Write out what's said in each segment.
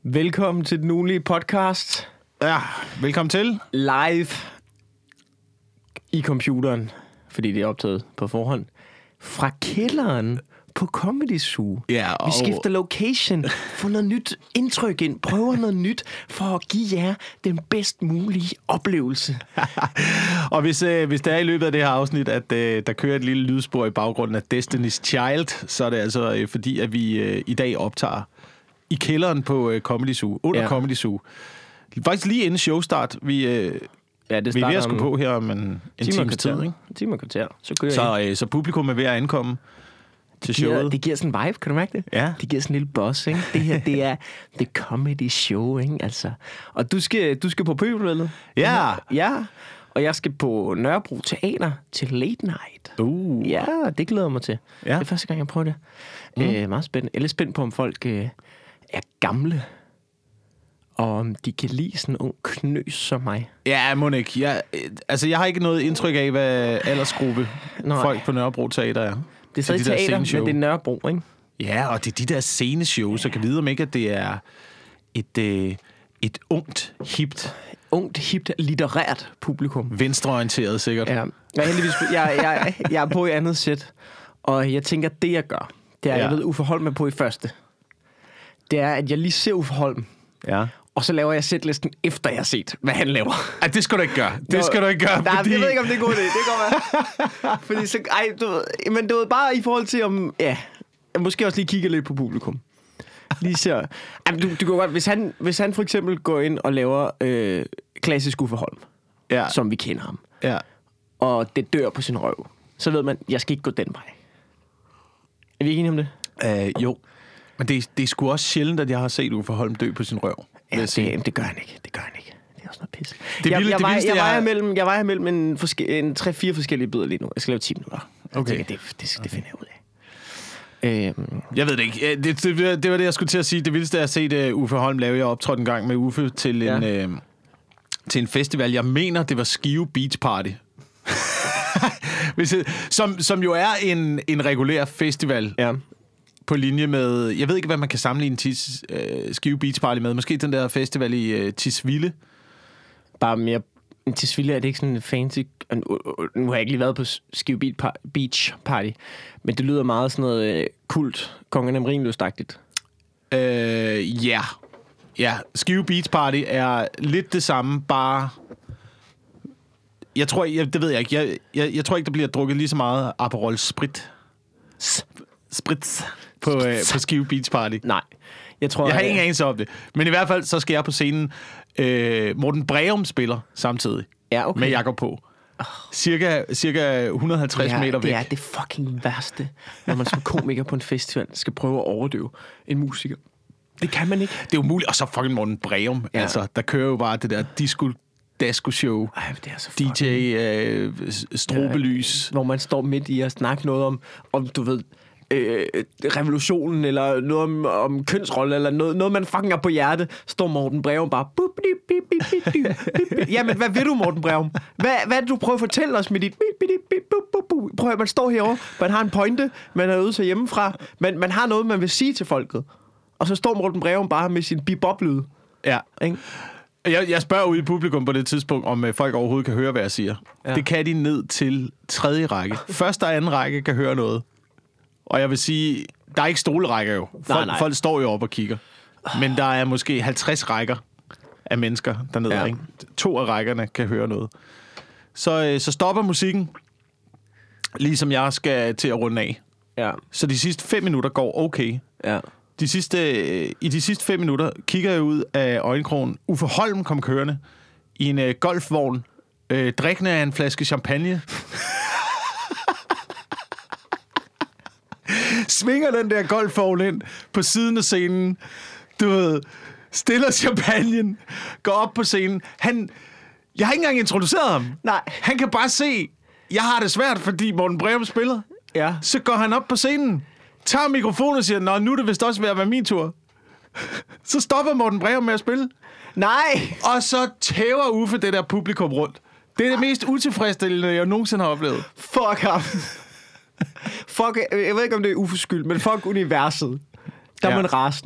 Velkommen til den ugenlige podcast. Ja, velkommen til. Live i computeren, fordi det er optaget på forhånd. Fra kælderen på Comedy Zoo. Ja, og Vi skifter location, får noget nyt indtryk ind, prøver noget nyt for at give jer den bedst mulige oplevelse. og hvis det er i løbet af det her afsnit, at der kører et lille lydspor i baggrunden af Destiny's Child, så er det altså fordi, at vi i dag optager i kælderen på Comedy Zoo, under Comedy Zoo. Faktisk lige inden showstart. Vi er ved at skulle på her om en times tid, ikke? En time og kvarter. Så publikum er ved at ankomme til showet. Det giver sådan en vibe, kan du mærke det? Ja. Det giver sådan en lille boss, ikke? Det her, det er the comedy show, ikke? Altså. Og du skal på Pøbelvældet. Ja. Ja. Og jeg skal på Nørrebro Teater til Late Night. Ja, det glæder jeg mig til. Ja. Det er første gang, jeg prøver det. Meget spændende. Jeg er lidt spændt på, om folk er gamle. Og om de kan lide sådan en ung knøs som mig. Ja, Monik. Jeg har ikke noget indtryk af, hvad aldersgruppe folk på Nørrebro Teater er. Det er stadig teater, men det er Nørrebro, ikke? Ja, og det er de der sceneshows, så kan vide om ikke, at det er et ungt, hipt, litterært publikum. Venstreorienteret, sikkert. Ja. Jeg er på i andet sæt, og jeg tænker, det jeg gør, det er, jeg ved Uffe Holm er på i første. Det er, at jeg lige ser Uffe Holm, og så laver jeg sætlisten efter jeg har set, hvad han laver. Ej, det skal du ikke gøre. Det skal du ikke gøre, nej, jeg ved ikke, om det er en god idé. Det går være. Fordi så, men du ved, bare i forhold til, om, jeg måske også lige kigge lidt på publikum. Lige ser. Du kan godt, hvis han for eksempel går ind og laver klassisk Uffe Holm, som vi kender ham, og det dør på sin røv, så ved man, jeg skal ikke gå den vej. Er vi ikke enige om det? Jo. Men det er sgu også sjældent, at jeg har set Uffe Holm dø på sin røv. Ja, det gør han ikke. Det er også noget pis. Jeg var her mellem en 3-4 forskellige bidder lige nu. Jeg skal lave 10 minutter. Okay. Jeg tænker, det finder jeg ud af. Jeg ved det ikke. Det var det, jeg skulle til at sige. Det vildeste er at se Uffe Holm lave. Jeg optrådte en gang med Uffe til en festival. Jeg mener, det var Skive Beach Party. som jo er en regulær festival. Ja. På linje med, jeg ved ikke, hvad man kan sammenligne Skive Beach Party med. Måske den der festival i Tisvilde. Bare mere... Tisvilde er det ikke sådan en fancy... Nu har jeg ikke lige været på Skive Beach Party, men det lyder meget sådan noget kult, Kongen af Marienlyst-agtigt. Ja, Skive Beach Party er lidt det samme, bare... Jeg tror, det ved jeg ikke. Jeg tror ikke, der bliver drukket lige så meget Aperol Spritz på Skive Beach Party. Nej. Jeg har ingen anelse om det. Men i hvert fald, så skal jeg på scenen. Morten Breum spiller samtidig med Jakob på. Cirka 150 meter væk. Det er det fucking værste, når man som komiker på en festival skal prøve at overdøve en musiker. Det kan man ikke. Det er umuligt. Og så fucking Morten Breum. Ja. Altså, der kører jo bare det der disco-show. Det er så DJ strobelys. Hvor man står midt i at snakke noget om du ved... revolutionen, eller noget om kønsrolle, eller noget man fucking er på hjerte, står Morten Breum bare... Jamen, hvad vil du, Morten Breum? Hvad er det, du prøver at fortælle os med dit... Prøv at man står herovre, man har en pointe, man er ude så hjemmefra, man har noget, man vil sige til folket. Og så står Morten Breum bare med sin bebop-lyd. Ja. Jeg spørger ude i publikum på det tidspunkt, om folk overhovedet kan høre, hvad jeg siger. Ja. Det kan de ned til 3. række. Første og 2. række kan høre noget. Og jeg vil sige, der er ikke stolerækker jo. Folk står jo op og kigger. Men der er måske 50 rækker af mennesker dernede. Ikke? 2 af rækkerne kan høre noget. Så stopper musikken, ligesom jeg skal til at runde af. Ja. Så de sidste 5 minutter går okay. Ja. I de sidste 5 minutter kigger jeg ud af øjenkrogen. Uffe Holm kom kørende i en golfvogn, drikkende af en flaske champagne. Svinger den der golfvogn ind på siden af scenen. Du ved, stiller champagnen, går op på scenen. Jeg har ikke engang introduceret ham. Nej. Han kan bare se, jeg har det svært, fordi Morten Breum spiller. Ja. Så går han op på scenen, tager mikrofonen og siger, nå, nu er det vist også ved at være min tur. Så stopper Morten Breum med at spille. Nej. Og så tæver Uffe det der publikum rundt. Det er det mest utilfredsstillende, jeg nogensinde har oplevet. Fuck ham. Fuck, jeg ved ikke, om det er Uffes skyld, men fuck universet. Der er man rasende.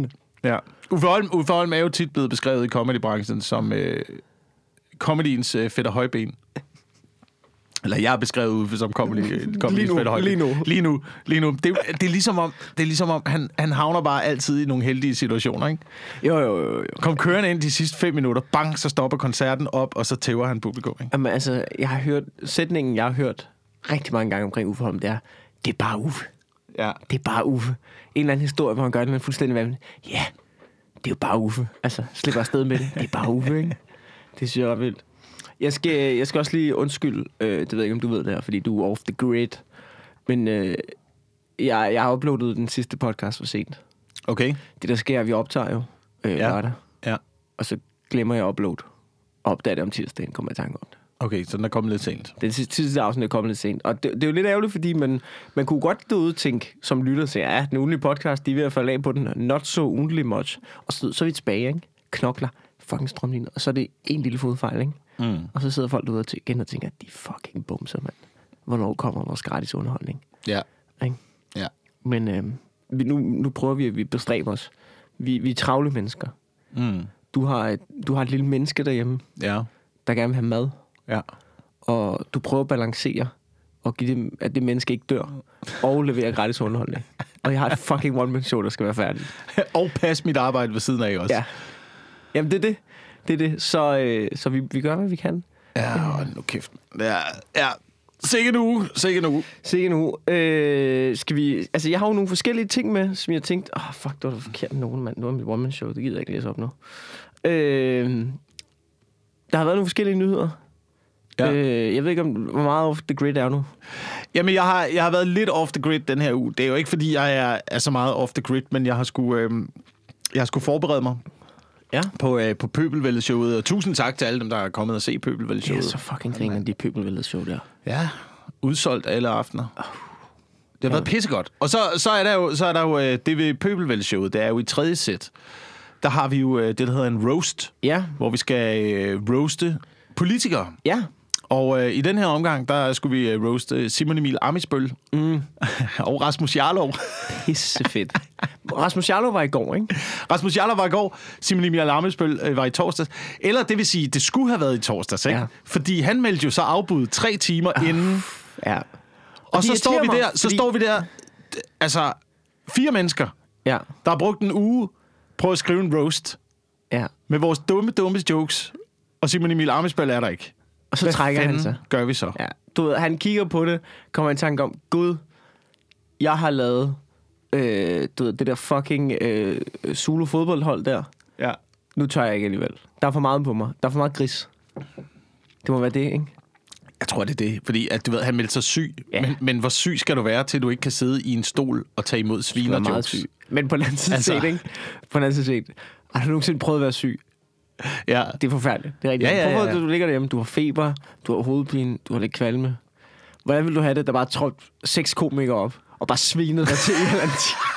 Ja. Uffe Holm er jo tit blevet beskrevet i comedybranchen som comedyens Fætter Højben. Eller jeg er beskrevet Uffe som comedyens Fætter Højben. Lige nu. Det er ligesom om han havner bare altid i nogle heldige situationer, ikke? Jo. Kom kørende ind de sidste 5 minutter, bang, så stopper koncerten op, og så tæver han publikum, ikke? Jamen, altså, jeg har hørt rigtig mange gange omkring Uffe Holm, det er bare Uffe. Ja. Det er bare Uffe. En eller anden historie, hvor han gør det med fuldstændig vanvittigt. Ja, det er jo bare Uffe. Altså, slipper afsted med det. Det er bare Uffe, ikke? Det synes jeg er vildt. Jeg skal også lige undskylde, det ved jeg ikke, om du ved det her, fordi du er off the grid. Men jeg har uploadet den sidste podcast for sent. Okay. Det der sker, vi optager jo lørdag. Ja. Og så glemmer jeg at uploade. Og opdager det om tirsdagen, kommer jeg i tanke om det. Okay, så den er kommet lidt sent. Den sidste afsnit er kommet lidt sent. Og det er jo lidt ærgerligt, fordi man kunne godt derude tænke, som lytter til, ja, den ugenlige podcast, de er ved at falde af på den. Not so ugentlig much. Og så er vi tilbage, ikke? Knokler, fucking strømligner. Og så er det en lille fodfejl, ikke? Mm. Og så sidder folk derude igen og tænker, de fucking bumser, mand. Hvornår kommer vores gratis underholdning? Ja. Ikke? Ja. Men nu prøver vi, at vi bestræber os. Vi er travle mennesker. Mm. Du har et lille menneske derhjemme, Ja. der gerne vil have mad. Ja. Og du prøver at balancere og give dem, at det menneske ikke dør, og levere gratis underholdning. Og jeg har et fucking one-man-show, der skal være færdigt. Og passe mit arbejde ved siden af også. Ja. Jamen, det er det. Det er det. Så vi gør, hvad vi kan. Ja, nu kæft. Ja. Sikke nu. Skal vi... Altså, jeg har jo nogle forskellige ting med, som jeg tænkte, fuck, det var forkert nogen, mand. Nu er mit one-man-show, det gider jeg ikke læse op nu. Der har været nogle forskellige nyheder. Ja. Jeg ved ikke, hvor meget off the grid er nu. Jamen, jeg har været lidt off the grid den her uge. Det er jo ikke, fordi jeg er så meget off the grid, men jeg har sgu forberede mig på Pøbelvældet-showet. Og tusind tak til alle dem, der er kommet og se Pøbelvældet-showet. Det er så fucking griner, de Pøbelvældet-show der. Ja, udsolgt alle aftener. Det har været pissegodt. Og så er der jo det ved Pøbelvældet-showet. Det er jo i 3. sæt. Der har vi jo det, der hedder en roast. Ja. Hvor vi skal roaste politikere. Ja. Og i den her omgang, der skulle vi roaste Simon Emil Ammitzbøll og Rasmus Jarlov. Pissefedt. Rasmus Jarlov var i går, ikke? Rasmus Jarlov var i går, Simon Emil Ammitzbøll var i torsdags. Eller det vil sige, det skulle have været i torsdags, ikke? Ja. Fordi han meldte jo så afbud 3 timer inden. Ja. Og så står vi der, altså 4 mennesker, der har brugt en uge på at skrive en roast med vores dumme jokes, og Simon Emil Ammitzbøll er der ikke. Og så trækker han sig. Gør vi så? Ja. Du ved, han kigger på det, kommer en tanke om, Gud, jeg har lavet det der fucking Zulu fodboldhold der. Ja. Nu tør jeg ikke alligevel. Der er for meget på mig. Der er for meget gris. Det må være det, ikke? Jeg tror, det er det. Fordi at, du ved, han meldte sig syg. Ja. Men hvor syg skal du være, til du ikke kan sidde i en stol og tage imod svin og jokes? Syg. Men på den anden side set, ikke? På den anden side set. Har du nogensinde prøvet at være syg? Ja. Det er forfærdeligt. Det er rigtigt. Ja. Du ligger derhjemme, du har feber, du har hovedpine, du har lidt kvalme. Hvordan vil du have det, der bare trådte 6 komikere op, og bare svinede dig til en eller anden tid?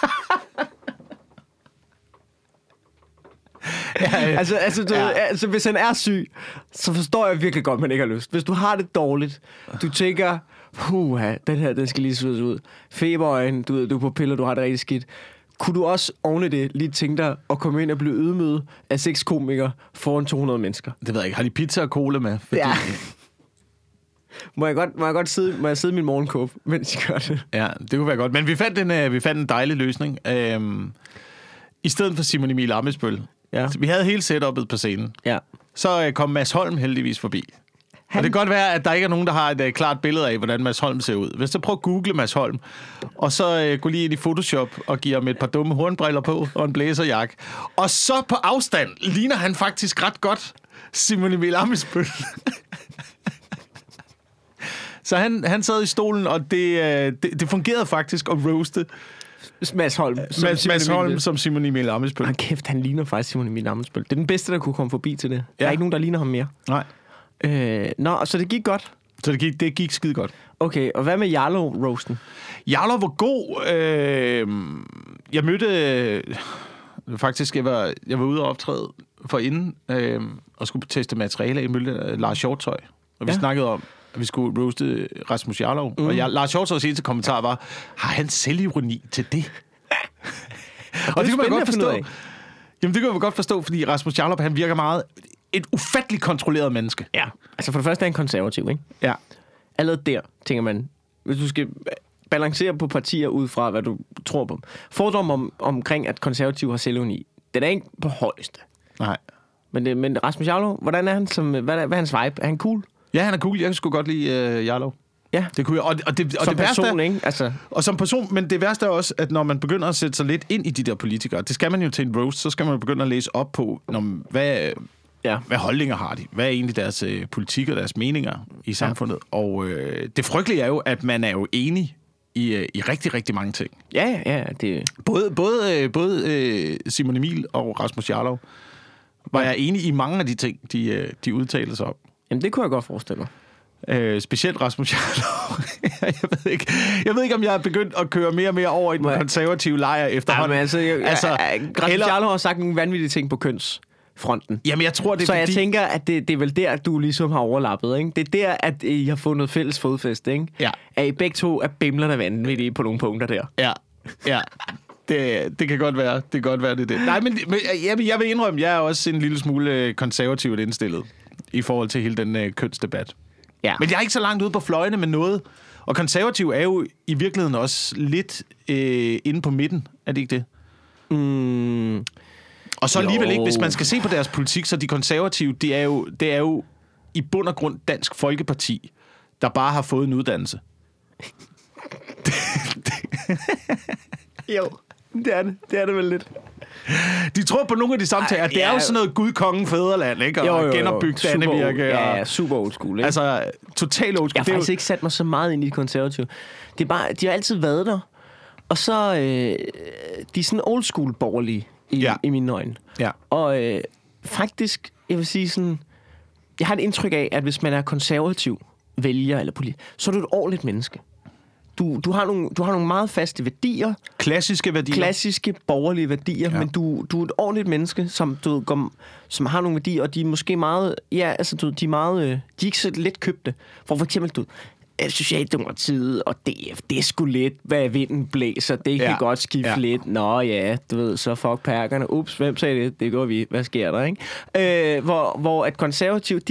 Altså, hvis han er syg, så forstår jeg virkelig godt, at man ikke har lyst. Hvis du har det dårligt, du tænker, den her, den skal lige suges ud. Feberøjen, du er på piller, du har det rigtig skidt. Kunne du også oven i det lige tænke dig at komme ind og blive ydmyget af 6 komikere foran 200 mennesker? Det ved jeg ikke. Har de pizza og cola med? Fordi... Ja. Må jeg sidde i min morgenkåb, mens jeg gør det? Ja, det kunne være godt. Men vi fandt en dejlig løsning. I stedet for Simon Emil Ammitzbøll. Ja. Vi havde hele setupet på scenen. Ja. Så kom Mads Holm heldigvis forbi. Og det kan godt være, at der ikke er nogen, der har et klart billede af, hvordan Mads Holm ser ud. Hvis du prøver at google Mads Holm, og så gå lige ind i Photoshop og give ham et par dumme hornbriller på og en blæserjakke. Og så på afstand ligner han faktisk ret godt Simon Emil Ammitzbøll. Så han sad i stolen, og det fungerede faktisk at roaste Mads Holm som Simon Emil Ammitzbøll. Ah, kæft, han ligner faktisk Simon Emil Ammitzbøll. Det er den bedste, der kunne komme forbi til det. Der er ikke nogen, der ligner ham mere. Nej. Så det gik godt? Så det gik skide godt. Okay, og hvad med Jarlov-roasten? Jarlov var god. Jeg mødte... Faktisk, jeg var ude og optræde forinden, og skulle teste materiale. Jeg mødte Lars Hjortøj, og vi snakkede om, at vi skulle roaste Rasmus Jarlov. Og Lars Hjortøjs eneste kommentar var, har han selvironi til det? Og det kunne man godt forstå. Jamen, det kan jeg godt forstå, fordi Rasmus Jarlov, han virker meget et ufatteligt kontrolleret menneske. Ja. Altså for det første er han konservativ, ikke? Ja. Allerede der, tænker man, hvis du skal balancere på partier ud fra, hvad du tror på. Fordom omkring, at konservativ har selvironi, den er ikke på højeste. Nej. Men Rasmus Jarlov, hvordan er han hvad er hans vibe? Er han cool? Ja, han er cool. Jeg kan sgu godt lide Jarlov. Ja. Det kunne jeg. Og som det person, værste, ikke? Altså. Og som person, men det værste er også, at når man begynder at sætte sig lidt ind i de der politikere, det skal man jo til en roast, så skal man begynde at læse op på, hvad holdninger har de? Hvad er egentlig deres politik og deres meninger i samfundet? Ja. Og det frygtelige er jo, at man er jo enig i rigtig, rigtig mange ting. Ja. Det... Både Simon Emil og Rasmus Jarlov var jeg enig i mange af de ting, de udtalte sig om. Jamen, det kunne jeg godt forestille mig. Specielt Rasmus Jarlov. jeg ved ikke, om jeg er begyndt at køre mere og mere over i den konservative lejr efterhånden. Ja, Rasmus Jarlov har sagt nogle vanvittige ting på kønsfronten. Jamen, jeg tror, det er så fordi... jeg tænker, at det er vel der, at du ligesom har overlappet, ikke? Det er der, at I har fundet fælles fodfæste, ikke? Ja. At I begge to er bimlerne vanvittige på nogle punkter der. Ja. Det kan godt være. Det kan godt være, det er det. Nej, men jeg vil indrømme, jeg er også en lille smule konservativt indstillet i forhold til hele den kønsdebat. Ja. Men jeg er ikke så langt ude på fløjene med noget. Og konservativ er jo i virkeligheden også lidt inde på midten. Er det ikke det? Og så alligevel ikke, hvis man skal se på deres politik, så de konservative, det er jo i bund og grund Dansk Folkeparti, der bare har fået en uddannelse. Jo, det er det. Det er det vel lidt. De tror på nogle af de samtaler. Det er jo sådan noget Gud, konge, fædreland, ikke? Og genopbygge Dannevirke. Ja, super old school, ikke? Altså, total old school. Jeg har faktisk ikke sat mig så meget ind i de konservative. Det er bare, de har altid været der. Og så, de er sådan old school borgerlige i mine øjne. Ja. Og faktisk, jeg vil sige sådan, jeg har et indtryk af, at hvis man er konservativ vælger eller politiker, så er du et ordentligt menneske. Du har nogle meget faste værdier. Klassiske værdier. Klassiske borgerlige værdier, men du er et ordentligt menneske, som har nogle værdier, og de er måske meget, de er meget, de er ikke så let købte. For eksempel, Socialdemokratiet og DF, det er sgu lidt, hvad vinden blæser, det kan godt skifte lidt. Nå ja, du ved, så fuck perkerne. Ups, hvem sagde det? Det går vi. Hvad sker der, ikke? Hvor at konservative,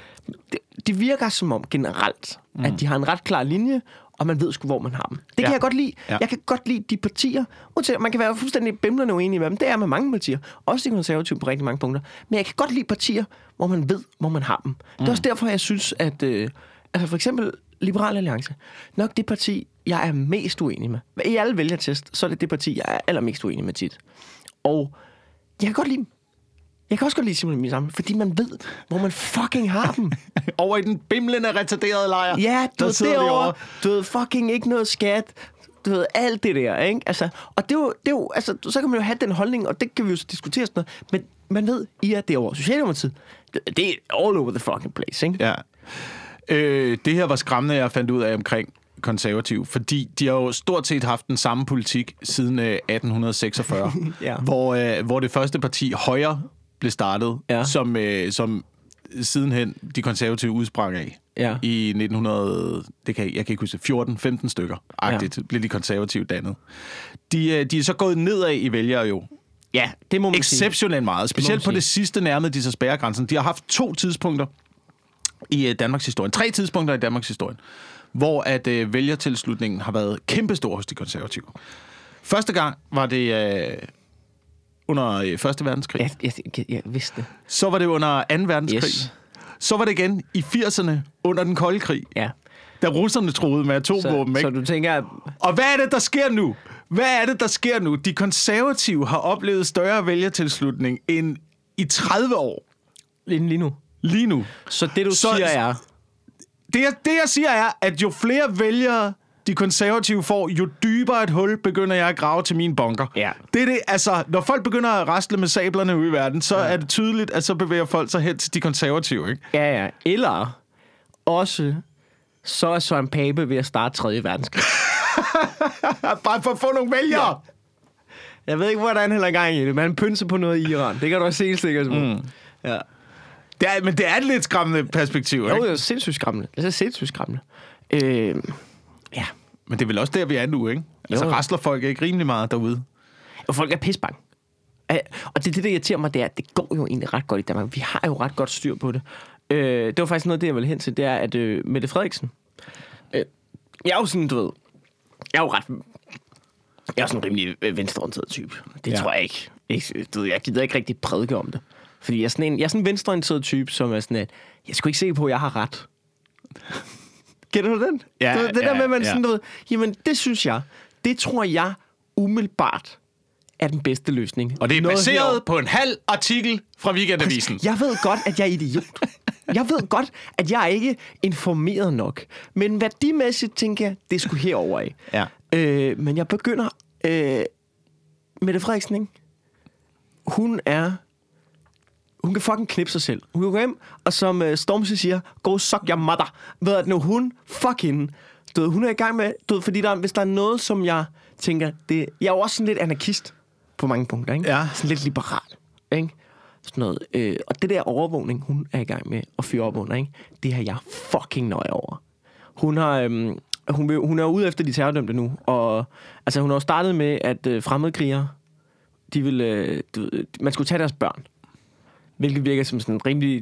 de virker som om generelt, at de har en ret klar linje, og man ved sgu, hvor man har dem. Det kan jeg godt lide. Ja. Jeg kan godt lide de partier. Man kan være fuldstændig bimlende uenig med dem. Det er med mange partier. Også de konservative på rigtig mange punkter. Men jeg kan godt lide partier, hvor man ved, hvor man har dem. Det er også derfor, jeg synes, at for eksempel Liberal Alliance, nok det parti, jeg er mest uenig med. I alle vælgertest, så er det parti, jeg er allermest uenig med tit. Og jeg kan godt lide dem. Jeg kan også godt lide Simon Emil sammen, fordi man ved, hvor man fucking har dem. Over i den bimlende, retarderede lejr. Ja, du ved, derovre. Du ved, fucking ikke noget skat. Du ved, alt det der, ikke? Altså, og det er jo, altså, så kan man jo have den holdning, og det kan vi jo så diskutere sådan noget. Men man ved, I er derovre. Socialdemokratiet, det er all over the fucking place, ikke? Ja. Det her var skræmmende, jeg fandt ud af omkring konservativ, fordi de har jo stort set haft den samme politik siden 1846, hvor det første parti, Højre, blev startet, som sidenhen de konservative udsprang af. Ja. I 1900, jeg kan ikke huske, 14-15 stykker, blev de konservative dannet. De er så gået nedad i vælgere jo. Ja, det må man exceptionelt meget. Specielt på det sidste nærmede de så spærregrænsen. De har haft 2 tidspunkter i Danmarks historie. 3 tidspunkter i Danmarks historie, hvor at vælgertilslutningen har været kæmpestor hos de konservative. Første gang var det under 1. verdenskrig. Jeg vidste det. Så var det under 2. verdenskrig. Yes. Så var det igen i 80'erne under den kolde krig. Ja. Da russerne troede med atomvåben. Så du tænker... Og hvad er det, der sker nu? De konservative har oplevet større vælgertilslutning end i 30 år. Lige nu. Så det, du siger er... Det, jeg siger er, at jo flere vælgere de konservative får, jo dybere et hul begynder jeg at grave til min bunker. Ja. Det er det, altså, når folk begynder at rasle med sablerne ude i verden, så er det tydeligt, at så bevæger folk sig hen til de konservative, ikke? Ja. Eller også, så er Søren Pape ved at starte 3. verdenskrig. Bare for at få nogle vælgere! Ja. Jeg ved ikke, hvordan han er i gang i det, men han pynser på noget i Iran. Det kan du også helt sikkert på. Ja. Men det er et lidt skræmmende perspektiv, ikke? Jo, det er sindssygt skræmmende. Ja. Men det er vel også der, vi er nu, ikke? Altså, rasler folk ikke rimelig meget derude? Og folk er pisbange. Og det, der irriterer mig, det er, at det går jo egentlig ret godt i Danmark. Vi har jo ret godt styr på det. Det var faktisk noget af det, jeg ville hen til, det er, at Mette Frederiksen... jeg er jo sådan, du ved... Jeg er jo sådan en rimelig venstreorienteret type. Det tror jeg ikke. Jeg gider ikke rigtig prædike om det. Fordi jeg er sådan en venstreorienteret type, som er sådan, at jeg skulle ikke se på, at jeg har ret. Kender du den? Ja, det der med, at man sådan, du ved, jamen, det synes jeg. Det tror jeg umiddelbart er den bedste løsning. Og det er baseret på en halv artikel fra Weekendavisen. Jeg ved godt, at jeg er idiot. Jeg ved godt, at jeg ikke er informeret nok. Men værdimæssigt tænker jeg, det skulle herover af. Ja. Men jeg begynder... Mette Frederiksen, ikke? Hun kan fucking knippe sig selv. Hun kan gå hjem, og som Stormzy siger, go suck your mother. Ved at når hun fucking... hun er i gang med... fordi hvis der er noget, som jeg tænker... Jeg er jo også sådan lidt anarkist på mange punkter, ikke? Ja. Sådan lidt liberal, ikke? Sådan noget. Og det der overvågning, hun er i gang med at fyre op under, ikke? Det har jeg fucking nøje over. Hun er ude efter de terrordømte nu, og altså hun har jo startet med, at fremmedkrigere, de vil, man skulle tage deres børn, hvilket virker som sådan en rimelig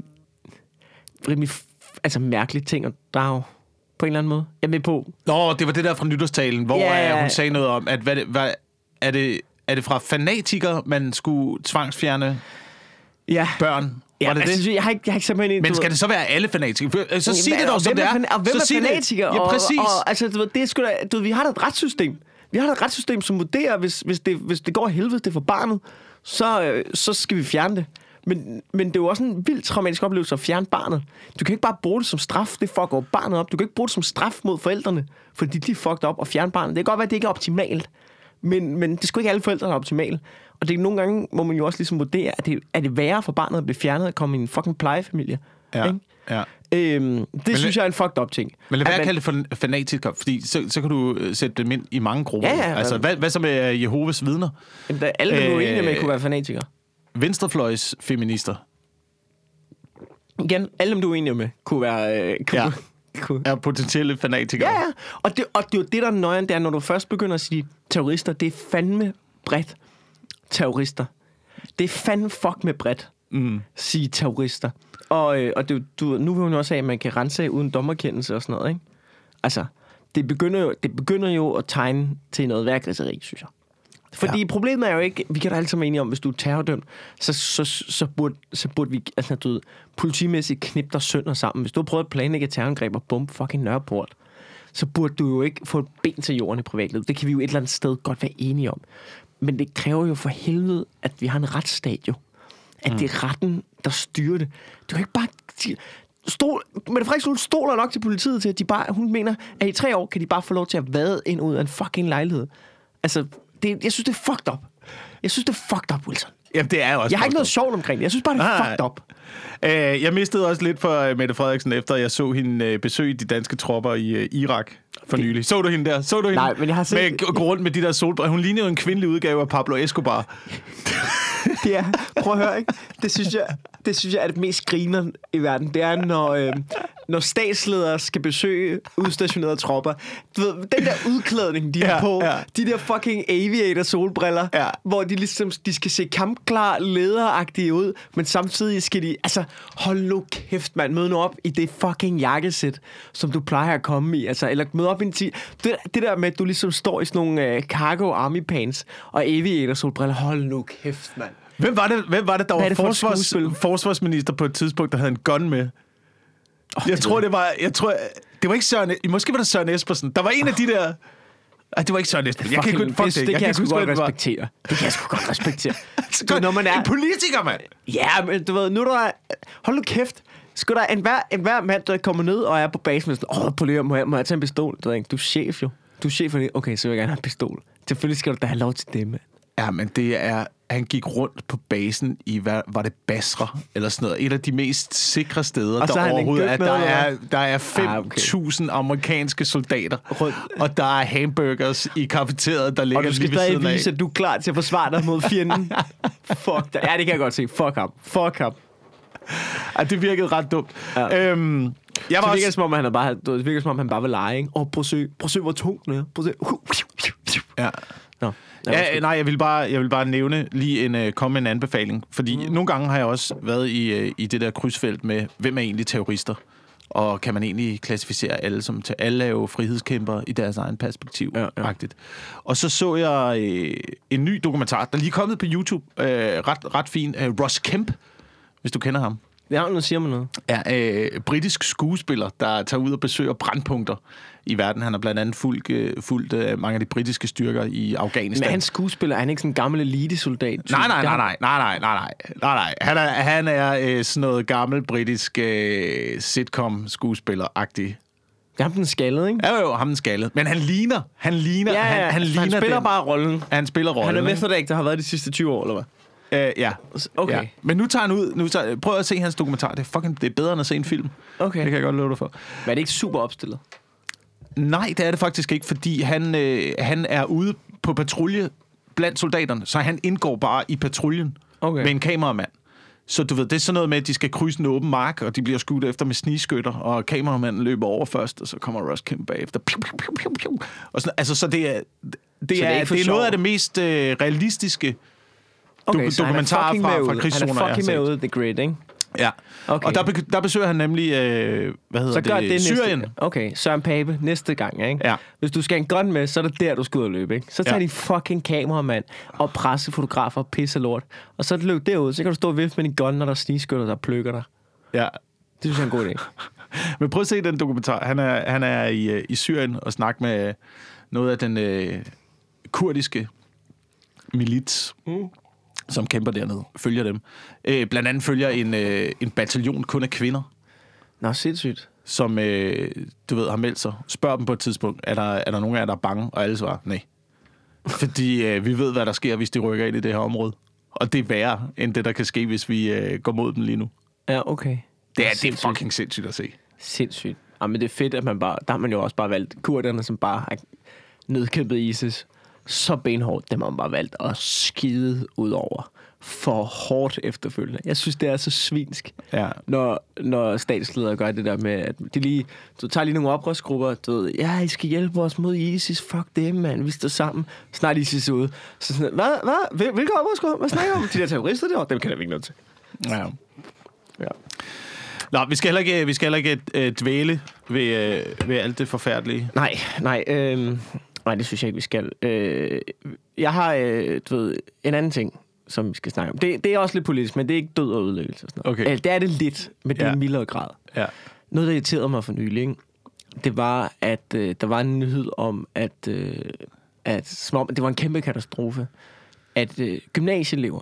altså mærkelig ting at drage på en eller anden måde. Jeg er med på. Nå, det var det der fra nytårstalen, hvor hun sagde noget om, at er det fra fanatikere, man skulle tvangsfjerne børn? Ja, det? Jeg har ikke simpelthen en... Men skal det så være alle fanatikere? Så sig det dog, som det er. Og hvem er fanatikere? Ja, præcis. Og altså, det er sgu da... vi har da et retssystem. Vi har da et retssystem, som vurderer, hvis det går helvede det for barnet, så skal vi fjerne det. Men det er jo også en vild traumatisk oplevelse at fjerne barnet. Du kan ikke bare bruge det som straf. Det fucker barnet op. Du kan ikke bruge det som straf mod forældrene, fordi de fucked op og fjerne barnet. Det kan godt være, at det ikke er optimalt. Men det er sgu ikke alle forældre, der er optimale. Og det er nogle gange, må man jo også ligesom vurdere, at er det værre for barnet at blive fjernet og komme i en fucking plejefamilie. Ja, ikke? ja. Det synes jeg er en fucked up ting. Men lad være at kalde det for fanatikere, fordi så kan du sætte dem ind i mange grupper. Ja. Altså, hvad så med Jehovas vidner? Alle, der er uenige med, kunne være fanatikere. Venstrefløjs feminister. Igen, alle dem, du er enige med, kunne være... Er potentielle fanatikere. Ja. Og det er jo det, der er nøjeren, det er, når du først begynder at sige terrorister, det er fandme bredt. Terrorister. Det er fandme fuck med bredt. Sige terrorister. Og det, nu vil hun også have, at man kan rense af uden dommerkendelse og sådan noget, ikke? Altså, det begynder jo at tegne til noget værkræseri, synes jeg. Fordi problemet er jo ikke, vi kan da alle sammen enige om, hvis du er terrordømt, så burde vi, altså, politimæssigt knippe dig sønder sammen. Hvis du har prøvet at planlægge et terrorangreb og bombe fucking Nørreport, så burde du jo ikke få et ben til jorden i privatlivet. Det kan vi jo et eller andet sted godt være enige om. Men det kræver jo for helvede, at vi har en retsstat jo. At det er retten, der styrer det. Du kan ikke bare... Mette Frederiksen stoler nok til politiet til, at hun mener, at i 3 år kan de bare få lov til at vade ind ud af en fucking lejlighed. Altså, jeg synes, det er fucked up. Jeg synes, det er fucked up, Wilson. Jamen, det er også jeg har ikke noget sjovt omkring det. Jeg synes bare, det er fucked up. Jeg mistede også lidt for Mette Frederiksen, efter jeg så hende besøge de danske tropper i Irak for nylig. Så du hende der? Så du hende? Nej, men jeg har set... Gå rundt med de der solbriller. Hun lignede jo en kvindelig udgave af Pablo Escobar. Det er, prøv at høre, ikke? Det synes jeg er det mest griner i verden. Det er, når statsledere skal besøge udstationerede tropper. Du ved, den der udklædning, de har på, de der fucking aviator solbriller, hvor de ligesom de skal se kampklar, lederagtige ud, men samtidig skal de, altså, hold nu kæft, mand, mød nu op i det fucking jakkesæt, som du plejer at komme i, altså, eller mød op i en det der med, at du ligesom står i sådan nogle cargo army pants og aviator solbriller, hold nu kæft, mand. Hvem var det, der var forsvarsminister på et tidspunkt, der havde en gun med? Det var ikke Søren... Måske var det Søren Espersen. Der var en af de der... Det var ikke Søren Espersen. Det kan jeg sgu godt respektere. Det kan jeg sgu godt respektere. Når man er en politiker, mand! Ja, men du ved, nu der er... Hold nu kæft. Skal der enhver mand, der kommer ned og er på basen, og sådan, politi, må jeg tage en pistol? Du er chef jo. Du er chef for det. Okay, så vil jeg gerne have en pistol. Selvfølgelig skal du da have lov til det, mand. Ja, men det er... Han gik rundt på basen i, var det Basra, eller sådan noget. Et af de mest sikre steder, der overhovedet er. Der er 5.000 amerikanske soldater, og der er hamburgers i cafeteriet, der ligger lige ved siden af. Og du skal stadig vise, at du er klar til at forsvare dig mod fjenden. Fuck dig. Ja, det kan jeg godt se. Fuck ham. Ja, det virkede ret dumt. Ja. Det virker som om, han bare vil lege, ikke? Prøv at se, hvor tungt den er. Prøv at se. Ja. Nå. Jeg vil bare nævne lige komme med en anbefaling. Fordi nogle gange har jeg også været i det der krydsfelt med, hvem er egentlig terrorister? Og kan man egentlig klassificere alle som til alle er jo frihedskæmper i deres egen perspektiv. Ja. Og så jeg en ny dokumentar, der lige er kommet på YouTube. Ret fin. Ross Kemp, hvis du kender ham. Ja, nu siger man noget. Ja, britisk skuespiller, der tager ud og besøger brandpunkter i verden. Han har blandt andet fulgt mange af de britiske styrker i Afghanistan. Men han skuespiller, er han ikke sådan en gammel elitesoldat? Nej. Han er sådan noget gammel britisk sitcom-skuespiller-agtig. Det er ham den skaldede, ikke? Jo, ham den skaldede. Men han ligner. Han spiller bare rollen. Han spiller rollen. Han er mesterdæk, der har været de sidste 20 år, eller hvad? Ja. Okay. Ja. Men nu tager han ud. Prøv at se hans dokumentar. Det er bedre end at se en film. Okay. Det kan jeg godt love dig for. Men er det ikke super opstillet? Nej, det er det faktisk ikke, fordi han er ude på patrulje blandt soldaterne, så han indgår bare i patruljen med en kameramand. Så du ved, det er sådan noget med, at de skal krydse en åben mark, og de bliver skudt efter med snigskytter, og kameramanden løber over først, og så kommer Ross Kemp bagefter. Og sådan, altså, så det er noget af det mest realistiske dokumentarer fra krigszonerne. Han er fucking med ude The Grid, ikke? Ja, okay. Og der besøger han nemlig, Syrien. Okay, Søren Pape næste gang, ikke? Ja. Hvis du skal have en gun med, så er det der, du skal ud og løbe, ikke? Så tager de fucking kameramand og pressefotografer og pisse lort. Og så løb derud, så kan du stå og vifte med din gun, når der er snigskytter, der plukker dig. Ja. Det synes jeg er en god idé. Men prøv at se den dokumentar. Han er i Syrien og snakker med noget af den kurdiske milits, som kæmper dernede, følger dem. Blandt andet følger en bataljon kun af kvinder. Nå, sindssygt. Som, du ved, har meldt sig. Spørg dem på et tidspunkt, er der nogen af jer, der er bange? Og alle svarer, nej. Fordi vi ved, hvad der sker, hvis de rykker ind i det her område. Og det er værre, end det, der kan ske, hvis vi går mod dem lige nu. Ja, okay. Det er fucking sindssygt at se. Sindssygt. Ja, men det er fedt, at der har man jo også bare valgt kurderne, som bare har nedkæmpet ISIS så benhårdt, dem har man bare valgt at skide ud over for hårdt efterfølgende. Jeg synes, det er så svinsk, når statsledere gør det der med, at du tager lige nogle oprørsgrupper, du ved, I skal hjælpe os mod ISIS, fuck dem, mand, vi står sammen, snart ISIS ude. Så sådan, hvad? Hvilke oprørsgrupper? Hvad snakker om? De der terrorister derovre, dem kan der ikke noget til. Ja. Nå, vi skal heller ikke dvæle ved alt det forfærdelige. Nej, det synes jeg ikke, vi skal. Jeg har, en anden ting, som vi skal snakke om. Det er også lidt politisk, men det er ikke død og ødelæggelse. Og sådan noget. Okay. Det er det lidt, men det er en mildere grad. Ja. Noget, der irriterede mig for nylig, ikke? Det var, at der var en nyhed om, at som om det var en kæmpe katastrofe, at gymnasieelever,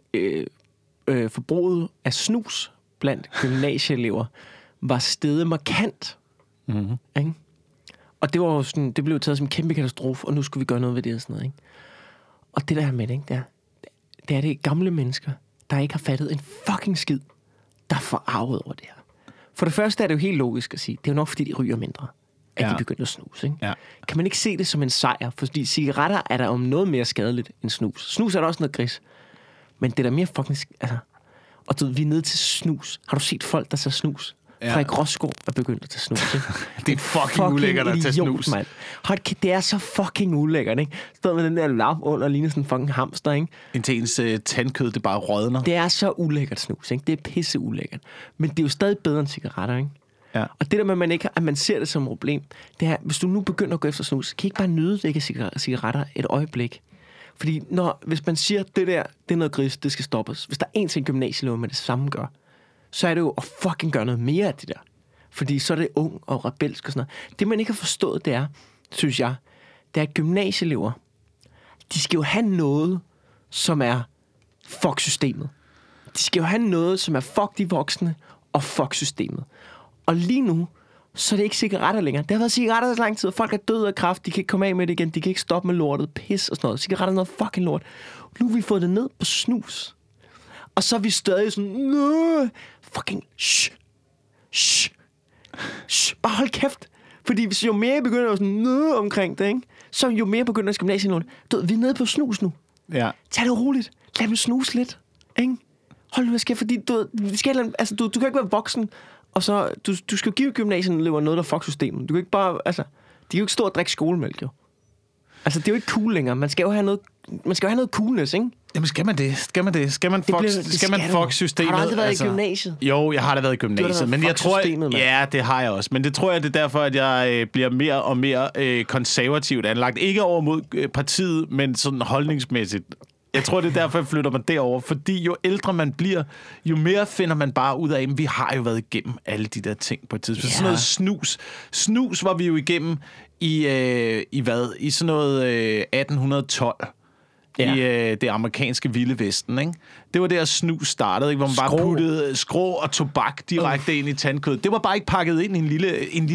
forbruget af snus blandt gymnasieelever var steget markant. Mm-hmm. Ikke? Og det var jo sådan, det blev taget som en kæmpe katastrofe, og nu skulle vi gøre noget ved det og sådan noget, ikke? Og det der med det, ikke? Det er det gamle mennesker, der ikke har fattet en fucking skid, der er forarvet over det her. For det første er det jo helt logisk at sige, det er jo nok fordi, de ryger mindre, at de begynder at snuse, ikke? Ja. Kan man ikke se det som en sejr? Fordi cigaretter er der om noget mere skadeligt end snus. Snus er der også noget gris. Men det er der mere fucking... Altså, og du, vi er nede til snus. Har du set folk, der tager snus? Frederik Rosgaard er begyndt at tage snus, ikke? Det er fucking ulækkert at tage snus. Man. Det er så fucking ulækkert, ikke? Stod med den der lap under og ligner sådan en fucking hamster, ikke? Indtil ens tandkød, det bare rådner. Det er så ulækkert snus, ikke? Det er pisse ulækkert. Men det er jo stadig bedre end cigaretter, ikke? Ja. Og det der med, at man ser det som et problem, det er, hvis du nu begynder at gå efter snus, kan I ikke bare nyde det ikke af cigaretter et øjeblik? Fordi hvis man siger, det der, det er noget gris, det skal stoppes. Hvis der er en til en gymnasieelev, med det samme gør, så er det jo at fucking gøre noget mere af det der. Fordi så er det ung og rebelsk og sådan noget. Det, man ikke har forstået, det er, synes jeg, det er, at gymnasieelever, de skal jo have noget, som er fuck systemet. De skal jo have noget, som er fuck de voksne og fuck systemet. Og lige nu, så er det ikke cigaretter længere. Det har været cigaretter så lang tid. Folk er døde af kræft. De kan ikke komme af med det igen. De kan ikke stoppe med lortet. Pis og sådan noget. Cigaretter er noget fucking lort. Nu har vi fået det ned på snus. Og så er vi stadig sådan... Fucking... Shh. Bare hold kæft. Fordi hvis jo mere begynder at sådan... omkring det, ikke? Så jo mere begynder at gymnasielån. Vi er nede på snus nu. Ja. Tag det roligt. Lad dem snuse lidt. Ikke? Hold nu, hvad sker? Fordi du kan ikke være voksen. Og så, du skal jo give gymnasieelever noget, der fuck systemet. Du kan ikke bare, de kan jo ikke stå og drikke skolemælk, jo. Altså, det er jo ikke cool længere. Man skal jo have noget coolness, ikke? Jamen, skal man det? Skal man fuck systemet? Har du aldrig været i gymnasiet? Jo, jeg har da været i gymnasiet. Men jeg tror, systemet, ja, det har jeg også. Men det tror jeg, det er derfor, at jeg bliver mere og mere konservativt anlagt. Ikke over mod partiet, men sådan holdningsmæssigt. Jeg tror, det er derfor, jeg flytter mig derover. Fordi jo ældre man bliver, jo mere finder man bare ud af, at vi har jo været igennem alle de der ting på et tidspunkt. Yeah. Sådan noget snus. Snus var vi jo igennem i hvad? I sådan noget 1812. Ja. I det amerikanske vilde vesten, ikke? Det var der snus startede, ikke? Hvor man bare puttede skrå og tobak direkte ind i tandkød. Det var bare ikke pakket ind i en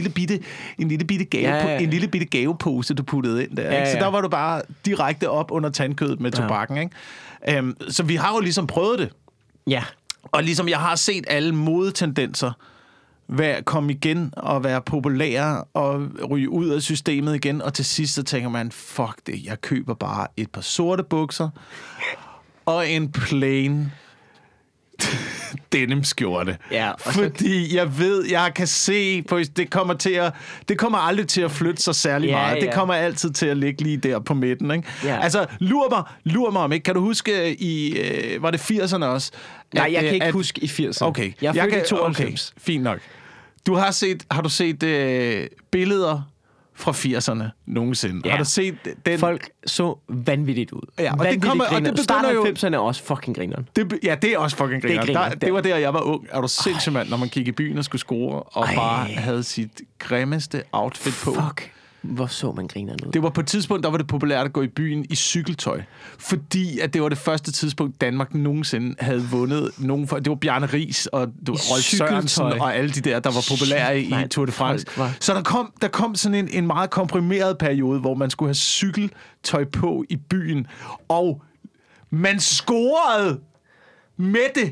lille bitte gavepose, du puttede ind der. Ikke? Så der var du bare direkte op under tandkødet med tobakken, ikke? Så vi har jo ligesom prøvet det. Ja. Og ligesom jeg har set alle modetendenser komme igen og være populære og ryge ud af systemet igen, og til sidst så tænker man, fuck det, jeg køber bare et par sorte bukser og en plain denimskjorte. Ja, fordi jeg ved, jeg kan se på, det kommer aldrig til at flytte sig særlig meget. Ja. Det kommer altid til at ligge lige der på midten, ikke? Ja. Altså, lur mig om, ikke? Kan du huske var det 80'erne også? Nej, jeg kan ikke huske i 80'erne. Okay. Jeg er født i 92. Okay, fint nok. Har du set billeder fra 80'erne nogensinde? Ja. Har du set den? Folk så vanvittigt ud. Ja, og det begynder jo 90'erne er også fucking grineren. Ja, det er også fucking grineren. Det var der, jeg var ung. Er du sindssygt, mand, når man gik i byen og skulle score, og bare havde sit grimmeste outfit på. Fuck. Hvor så man griner nu? Det var på et tidspunkt, der var det populært at gå i byen i cykeltøj. Fordi at det var det første tidspunkt, Danmark nogensinde havde vundet nogen for. Det var Bjarne Riis og Rolf Sørensen og alle de der var populære i Tour de France. Så der kom sådan en meget komprimeret periode, hvor man skulle have cykeltøj på i byen. Og man scorede med det.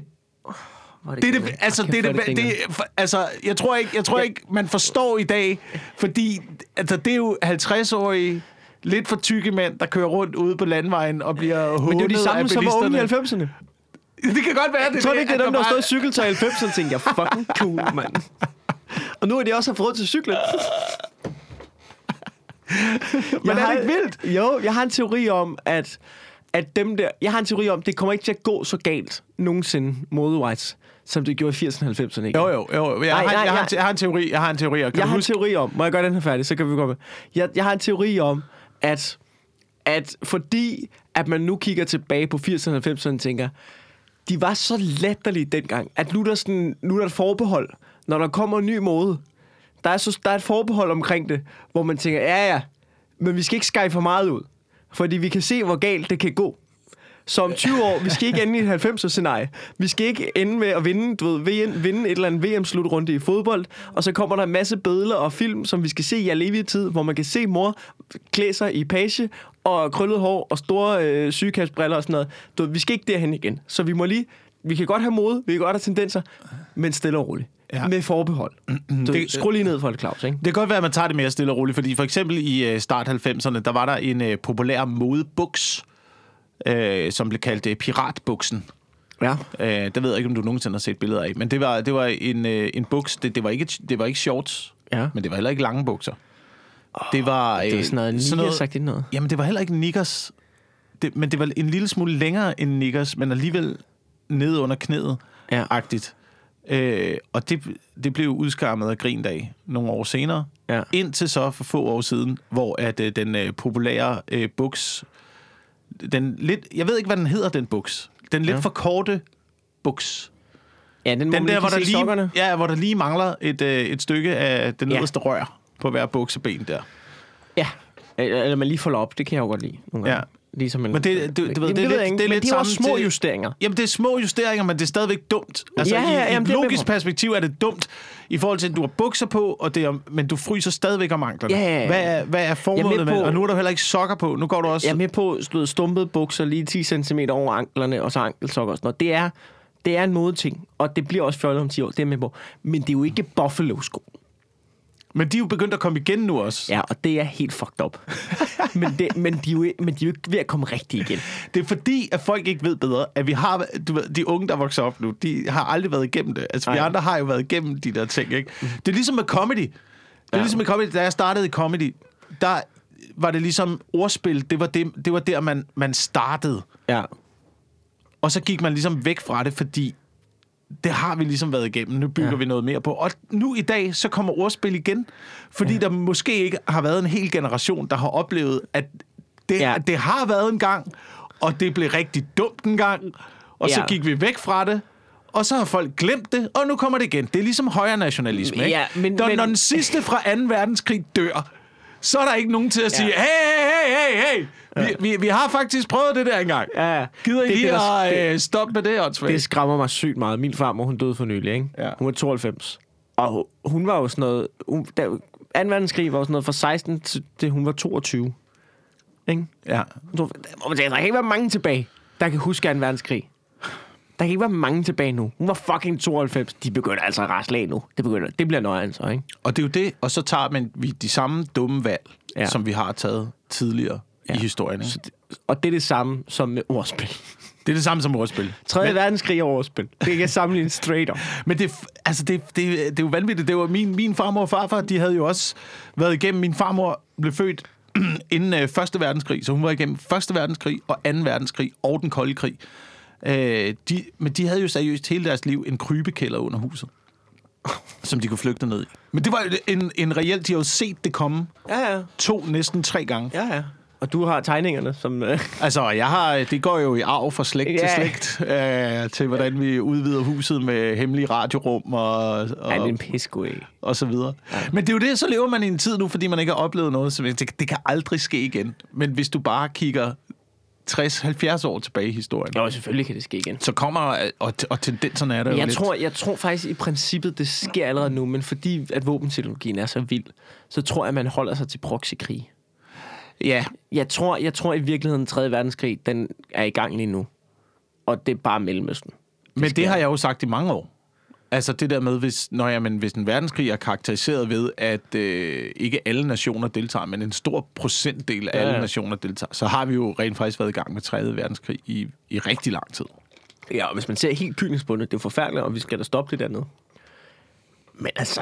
Jeg tror ikke, man forstår i dag, fordi altså, det er jo 50-årige, lidt for tykke mænd, der kører rundt ude på landvejen og bliver hånet. Men det er jo de samme, som var unge i 90'erne. Det kan godt være. Jeg tror ikke, det er dem, der stod i cykeltøj i 90'erne, tænkte jeg, fucking cool, mand. Og nu er de også fået råd til cyklen. Men er det ikke vildt? Jo, jeg har en teori om, at dem der... Jeg har en teori om, det kommer ikke til at gå så galt nogensinde mode-wise, som det gjorde i 80'erne og 90'erne. Ikke? Jo. Jeg har en teori. Jeg har en teori om... Må jeg gøre den her færdig, så kan vi gå med. Jeg har en teori om, at fordi at man nu kigger tilbage på 80'erne og 90'erne, tænker, de var så latterlige dengang, at nu er der et forbehold. Når der kommer en ny mode, der er et forbehold omkring det, hvor man tænker, ja, men vi skal ikke skære for meget ud. Fordi vi kan se, hvor galt det kan gå. Så om 20 år, vi skal ikke ende i et 90'er-scenarie. Vi skal ikke ende med at vinde et eller andet VM-slutrunde i fodbold, og så kommer der en masse billeder og film, som vi skal se i al evig tid, hvor man kan se mor klæde sig i page og krøllet hår og store sygekastbriller og sådan noget. Vi skal ikke derhen igen. Så vi kan godt have mode, vi kan godt have tendenser, men stille og roligt. Ja. Med forbehold. Skru lige ned for det, Claus, ikke? Det kan godt være, at man tager det mere stille og roligt, fordi for eksempel i start 90'erne, der var der en populær modebuks, som blev kaldt piratbuksen. Ja. Det ved jeg ikke, om du nogensinde har set billeder af, men det var en buks. Det var ikke shorts, men det var heller ikke lange bukser. Det var sådan noget sagt noget. Jamen, det var heller ikke knickers. Men det var en lille smule længere end knickers, men alligevel nede under knæet-agtigt. Og det blev udskammet og grint af nogle år senere. Ja. Indtil så for få år siden, hvor at den populære buks, jeg ved ikke, hvad den hedder, den buks. Den lidt for korte buks. Ja, den der, hvor der lige sokkerne. Ja, hvor der lige mangler et stykke af det nederste rør på hver bukseben der. Ja, eller man lige folder op, det kan jeg jo godt lide nogle gange. Ja. Ligesom men det er også små justeringer. Jamen, det er små justeringer, men det er stadigvæk dumt. Altså, i et logisk perspektiv er det dumt, i forhold til, at du har bukser på, men du fryser stadigvæk om anklerne. Ja. Hvad er formålet med? Og nu er der heller ikke sokker på. Nu går du også... Jeg er med på stumpede bukser lige 10 cm over anklerne, og så ankelsokker og sådan noget. Det er en modeting, og det bliver også fjollet om 10 år, det er med på. Men det er jo ikke Buffalo-sko. Men de er jo begyndt at komme igen nu også. Ja, og det er helt fucked up. men de er jo ikke ved at komme rigtigt igen. Det er fordi, at folk ikke ved bedre, at vi har, de unge, der vokser op nu, de har aldrig været igennem det. Altså, vi andre har jo været igennem de der ting, ikke? Det er ligesom med comedy. Da jeg startede i comedy, var det ligesom ordspil. Det var der, man startede. Ja. Og så gik man ligesom væk fra det, fordi det har vi ligesom været igennem. Nu bygger vi noget mere på. Og nu i dag, så kommer ordspil igen. Fordi der måske ikke har været en hel generation, der har oplevet, at det har været en gang, og det blev rigtig dumt en gang, og så gik vi væk fra det, og så har folk glemt det, og nu kommer det igen. Det er ligesom højre nationalisme, ikke? Ja, men når den sidste fra 2. verdenskrig dør, så er der ikke nogen til at sige, hey. Vi har faktisk prøvet det der engang. Ja. Gider I lige at stoppe med det, Åndsvæg? Det skræmmer mig sygt meget. Min farmor, hun døde for nylig, ikke? Ja. Hun var 92. Og hun var jo sådan noget... 2. verdenskrig var jo sådan noget fra 16 til hun var 22. Ikke? Ja. Der kan ikke være mange tilbage, der kan huske 2. verdenskrig. Der kan ikke være mange tilbage nu. Hun var fucking 92. De begynder altså at rasle af nu. Det bliver nøje, altså, ikke? Og det er jo det, og så tager man de samme dumme valg, som vi har taget tidligere i historien. Ikke? Og det er det samme som med ordspil. Det er det samme som ordspil. 3. verdenskrig og ordspil. Det kan sammenligne straight up. Men det er jo vanvittigt. Det var min farmor og farfar, de havde jo også været igennem. Min farmor blev født inden 1. verdenskrig, så hun var igennem 1. verdenskrig og 2. verdenskrig og den kolde krig. Men de havde jo seriøst hele deres liv en krybekælder under huset, som de kunne flygte ned i. Men det var en reelt, de har jo set det komme. Ja. næsten 3 gange. Ja. Og du har tegningerne, som... Altså, det går jo i arv fra slægt til slægt, til hvordan vi udvider huset med hemmelige radiorum og det er en pisko af. Og så videre. Ja. Men det er jo det, så lever man i en tid nu, fordi man ikke har oplevet noget, så det kan aldrig ske igen. Men hvis du bare kigger 60-70 år tilbage i historien. Jo, selvfølgelig kan det ske igen. Så kommer, og tendenserne er der jo lidt. Jeg tror faktisk i princippet, det sker allerede nu, men fordi at våbenteknologien er så vild, så tror jeg, at man holder sig til proxykrig. Ja. Jeg tror i virkeligheden, 3. verdenskrig, den er i gang lige nu. Og det er bare Mellemøsten. Men det har jeg jo sagt i mange år. Altså det der med, hvis en verdenskrig er karakteriseret ved, at ikke alle nationer deltager, men en stor procentdel af alle nationer deltager, så har vi jo rent faktisk været i gang med 3. verdenskrig i rigtig lang tid. Ja, og hvis man ser helt kynisk på det, det er forfærdeligt, og vi skal da stoppe det dernede. Men altså...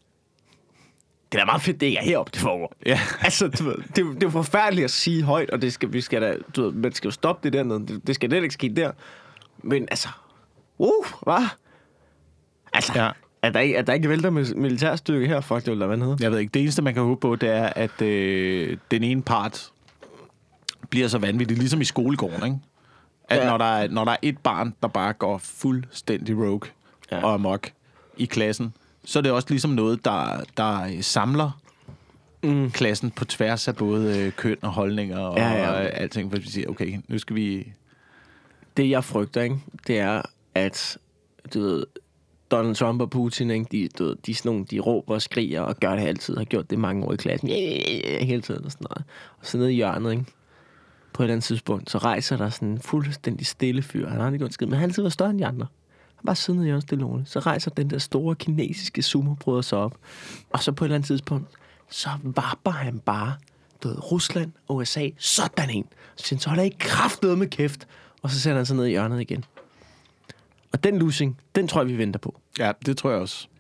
Det er da meget fedt, det ikke er heroppe, det foregår. Ja. Altså, det er forfærdeligt at sige højt, og man skal jo stoppe det dernede. Det skal det ikke ske der. Men altså... hvad? Altså, at der ikke vælter med militærstykke her, fuck det, eller hvad hedder. Jeg ved ikke, det eneste, man kan håbe på, det er, at den ene part bliver så vanvittig, ligesom i skolegården, ikke? At når der er et barn, der bare går fuldstændig rogue og amok i klassen, så er det også ligesom noget, der samler klassen på tværs af både køn og holdninger og alting, for at vi siger, okay, nu skal vi... Det, jeg frygter, ikke, det er, at du ved, Donald Trump og Putin, ikke, de sådan nogle, de råber og skriger og gør det altid, har gjort det mange år i klassen, hele tiden og sådan noget. Og så nede i hjørnet, ikke, på et eller andet tidspunkt, så rejser der sådan en fuldstændig stille fyr. Han har aldrig gjort skid, men han sidder større end de andre. Han bare sidder nede i hjørnet stille og roligt. Så rejser den der store kinesiske sumobrødre sig op, og så på et eller andet tidspunkt, så vapper han bare, Rusland og USA, sådan en. Så holder ikke kraft noget med kæft, og så sætter han sig ned i hjørnet igen. Og den losing, den tror jeg, vi venter på. Ja, det tror jeg også.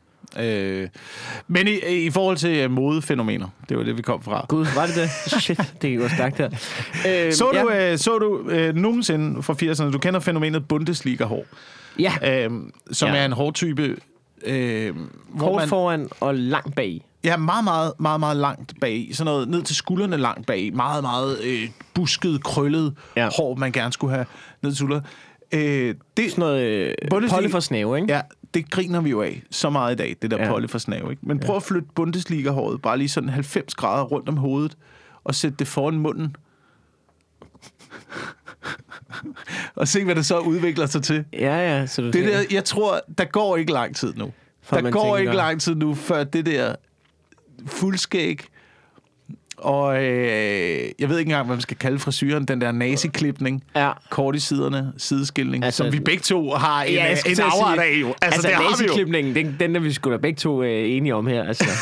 Men i forhold til modefænomener, det var det, vi kom fra. Gud, var det det? Shit, det kan gå stærkt her. Så du nogensinde fra 80'erne, du kender fænomenet Bundesliga-hår? Ja. Som er en hårtype... kort foran og langt bag. Ja, meget langt bag. Sådan noget ned til skuldrene langt bag. Meget busket, krøllet hår, man gerne skulle have ned til skuldrene. Det er sådan noget polle for snæve, ikke? Ja, det griner vi jo af så meget i dag, det der polle for snæve, ikke? Men prøv at flytte Bundesliga-håret bare lige sådan 90 grader rundt om hovedet, og sætte det foran munden. Og se, hvad det så udvikler sig til. Ja, så du det der, jeg tror, der går ikke lang tid nu. Der går ikke lang tid nu, før det der fuldskæg, og jeg ved ikke engang, hvad man skal kalde frisyren, den der nazi-klipning, kort i siderne, sideskilning, altså, som vi begge to har en afart af, jo. Altså det nazi-klipningen, den er vi sgu da begge to enige om her, altså.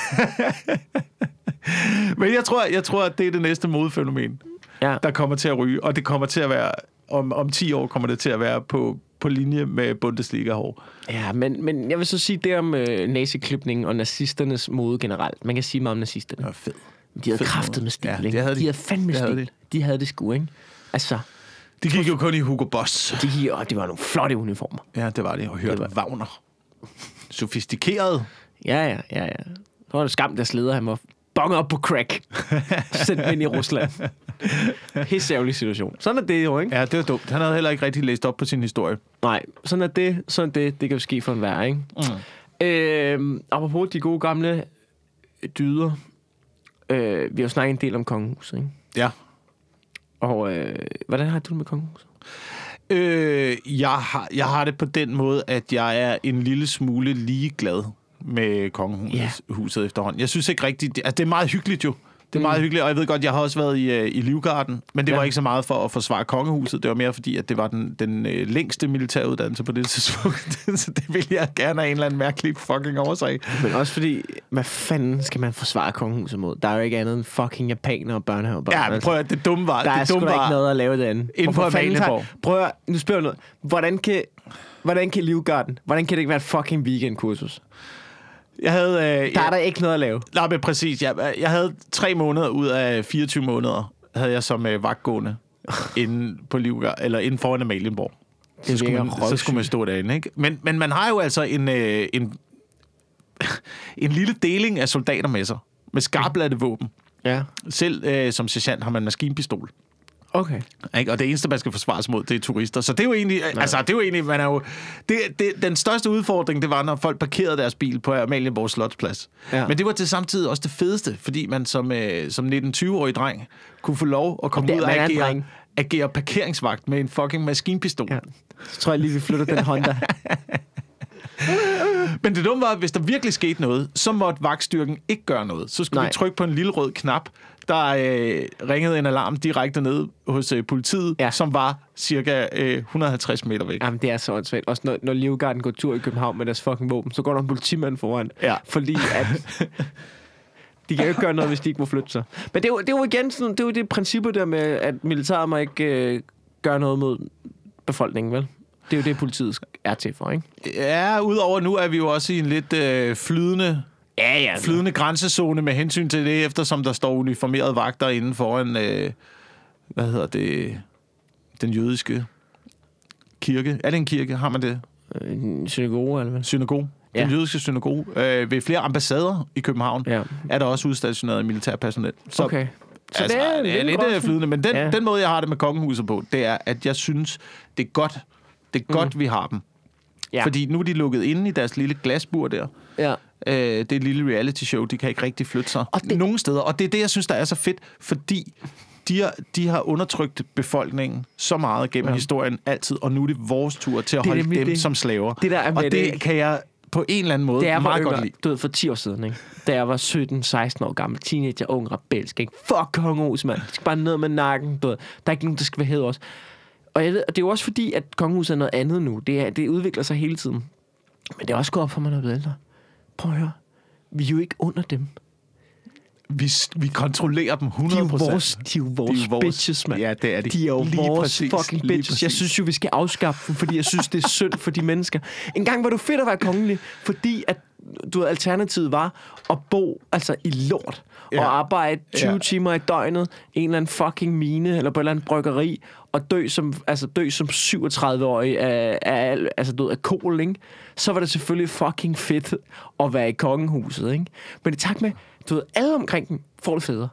Men jeg tror, at det er det næste modefænomen, der kommer til at ryge, og det kommer til at være, om 10 år kommer det til at være på linje med Bundesliga-hår. Ja, men jeg vil så sige det om nazi-klipningen og nazisternes mode generelt. Man kan sige meget om nazisterne. Det er fedt. De havde kraftet med stil, ikke? De havde fandme stil. De havde det sgu, ikke? Altså... De gik jo kun i Hugo Boss. Det var nogle flotte uniformer. Ja, det var det. Og hørte Wagner. Sofistikeret. Ja. Så var det skam, deres leder, han var bonget op på crack. Sendt ind i Rusland. Helt ærgerlig situation. Sådan er det jo, ikke? Ja, det var dumt. Han havde heller ikke rigtig læst op på sin historie. Nej, sådan er det. Det kan jo ske for enhver, ikke? Apropos de gode gamle dyder. Vi har jo snakket en del om kongehuset, ikke? Ja. Og hvordan har du det med kongehuset? Jeg har det på den måde, at jeg er en lille smule ligeglad med kongehuset efterhånden. Jeg synes ikke rigtigt... det er meget hyggeligt jo. Det er meget hyggeligt, og jeg ved godt, jeg har også været i Livgarden, men det var ikke så meget for at forsvare kongehuset. Det var mere fordi, at det var den længste militæruddannelse på det tidspunkt. Så det ville jeg gerne have en eller anden mærkelig fucking årsag. Men også fordi, hvad fanden skal man forsvare kongehuset mod? Der er jo ikke andet end fucking japaner og børnehavebørn. Ja, men prøv at det dumme var... Der er sgu da ikke noget at lave det andet. Inden på Amalienborg. Prøv at... Nu spørger jeg noget. Hvordan kan Livgarden? Hvordan kan det ikke være et fucking weekendkursus? Der er der ikke noget at lave. Nej, men præcis. Jeg havde 3 måneder ud af 24 måneder, havde jeg som vagtgående inden på Livgarden, eller inden foran Amalienborg. Så skulle man stå derinde, ikke? Men man har jo altså en lille deling af soldater med sig, med skarpladte våben. Ja. Selv som sergeant har man maskinpistol. Okay. Ikke? Og det eneste, man skal forsvares mod, det er turister. Så det er jo egentlig, man er jo... Den største udfordring, det var, når folk parkerede deres bil på Amalienborg Slotsplads. Ja. Men det var til samtidig også det fedeste, fordi man som 19-20-årig dreng kunne få lov at komme ud og agere parkeringsvagt med en fucking maskinpistol. Ja. Så tror jeg lige, vi flytter den Honda. Men det dumme var, at hvis der virkelig skete noget, så måtte vagtstyrken ikke gøre noget. Så skulle vi trykke på en lille rød knap, der ringede en alarm direkte ned hos politiet, som var cirka 150 meter væk. Jamen, det er så åndssvagt. Også når Livgarden går tur i København med deres fucking våben, så går der en politimand foran. Ja. Fordi at... De kan jo ikke gøre noget, hvis de ikke må flytte sig. Men det er jo igen sådan, det er jo det princippet der med, at militæret må ikke gøre noget mod befolkningen, vel? Det er jo det, politiet er til for, ikke? Ja, udover nu er vi jo også i en lidt flydende grænsezone med hensyn til det, eftersom der står uniformerede vagter inden foran, den jødiske kirke. Er det en kirke? Har man det? En synagoge, eller hvad? Synagoge. Ja. Den jødiske synagoge. Ved flere ambassader i København er der også udstationeret militærpersonel. Så, okay. Så altså, det er lidt flydende, men den måde, jeg har det med kongehuset på, det er, at jeg synes, det er godt. Det er godt, vi har dem. Ja. Fordi nu er de lukket inde i deres lille glasbur der. Ja. Det er et lille reality show. De kan ikke rigtig flytte sig nogen steder. Og det er det, jeg synes, der er så fedt. Fordi de har undertrykt befolkningen så meget gennem historien altid. Og nu er det vores tur til at holde dem som slaver. Det der er med og det kan jeg på en eller anden måde meget godt lide. Du ved, for 10 år siden, ikke? Da jeg var 17-16 år gammel, teenager, ung, rebelsk, ikke? Fuck kongehus, mand. Det skal bare ned med nakken, du ved. Der er ikke nogen, der skal være hed også. Og jeg ved, og det er jo også fordi, at kongehuset er noget andet nu. Det udvikler sig hele tiden. Men det er også gået op for mig, når jeg er ældre. Prøv at høre. Vi er jo ikke under dem. Vi kontrollerer dem 100%. De er jo vores bitches, mand. Ja, det er de. De er jo vores fucking bitches. Jeg synes jo, vi skal afskaffe dem, fordi jeg synes, det er synd for de mennesker. En gang var du fedt at være kongelig, fordi at alternativet var at bo altså i lort og arbejde 20 timer i døgnet i en eller anden fucking mine eller på et eller andet bryggeri og dø som 37-årig af kol, ikke? Så var det selvfølgelig fucking fedt at være i kongehuset, ikke? Men i takt med, alle omkring dem får det federe.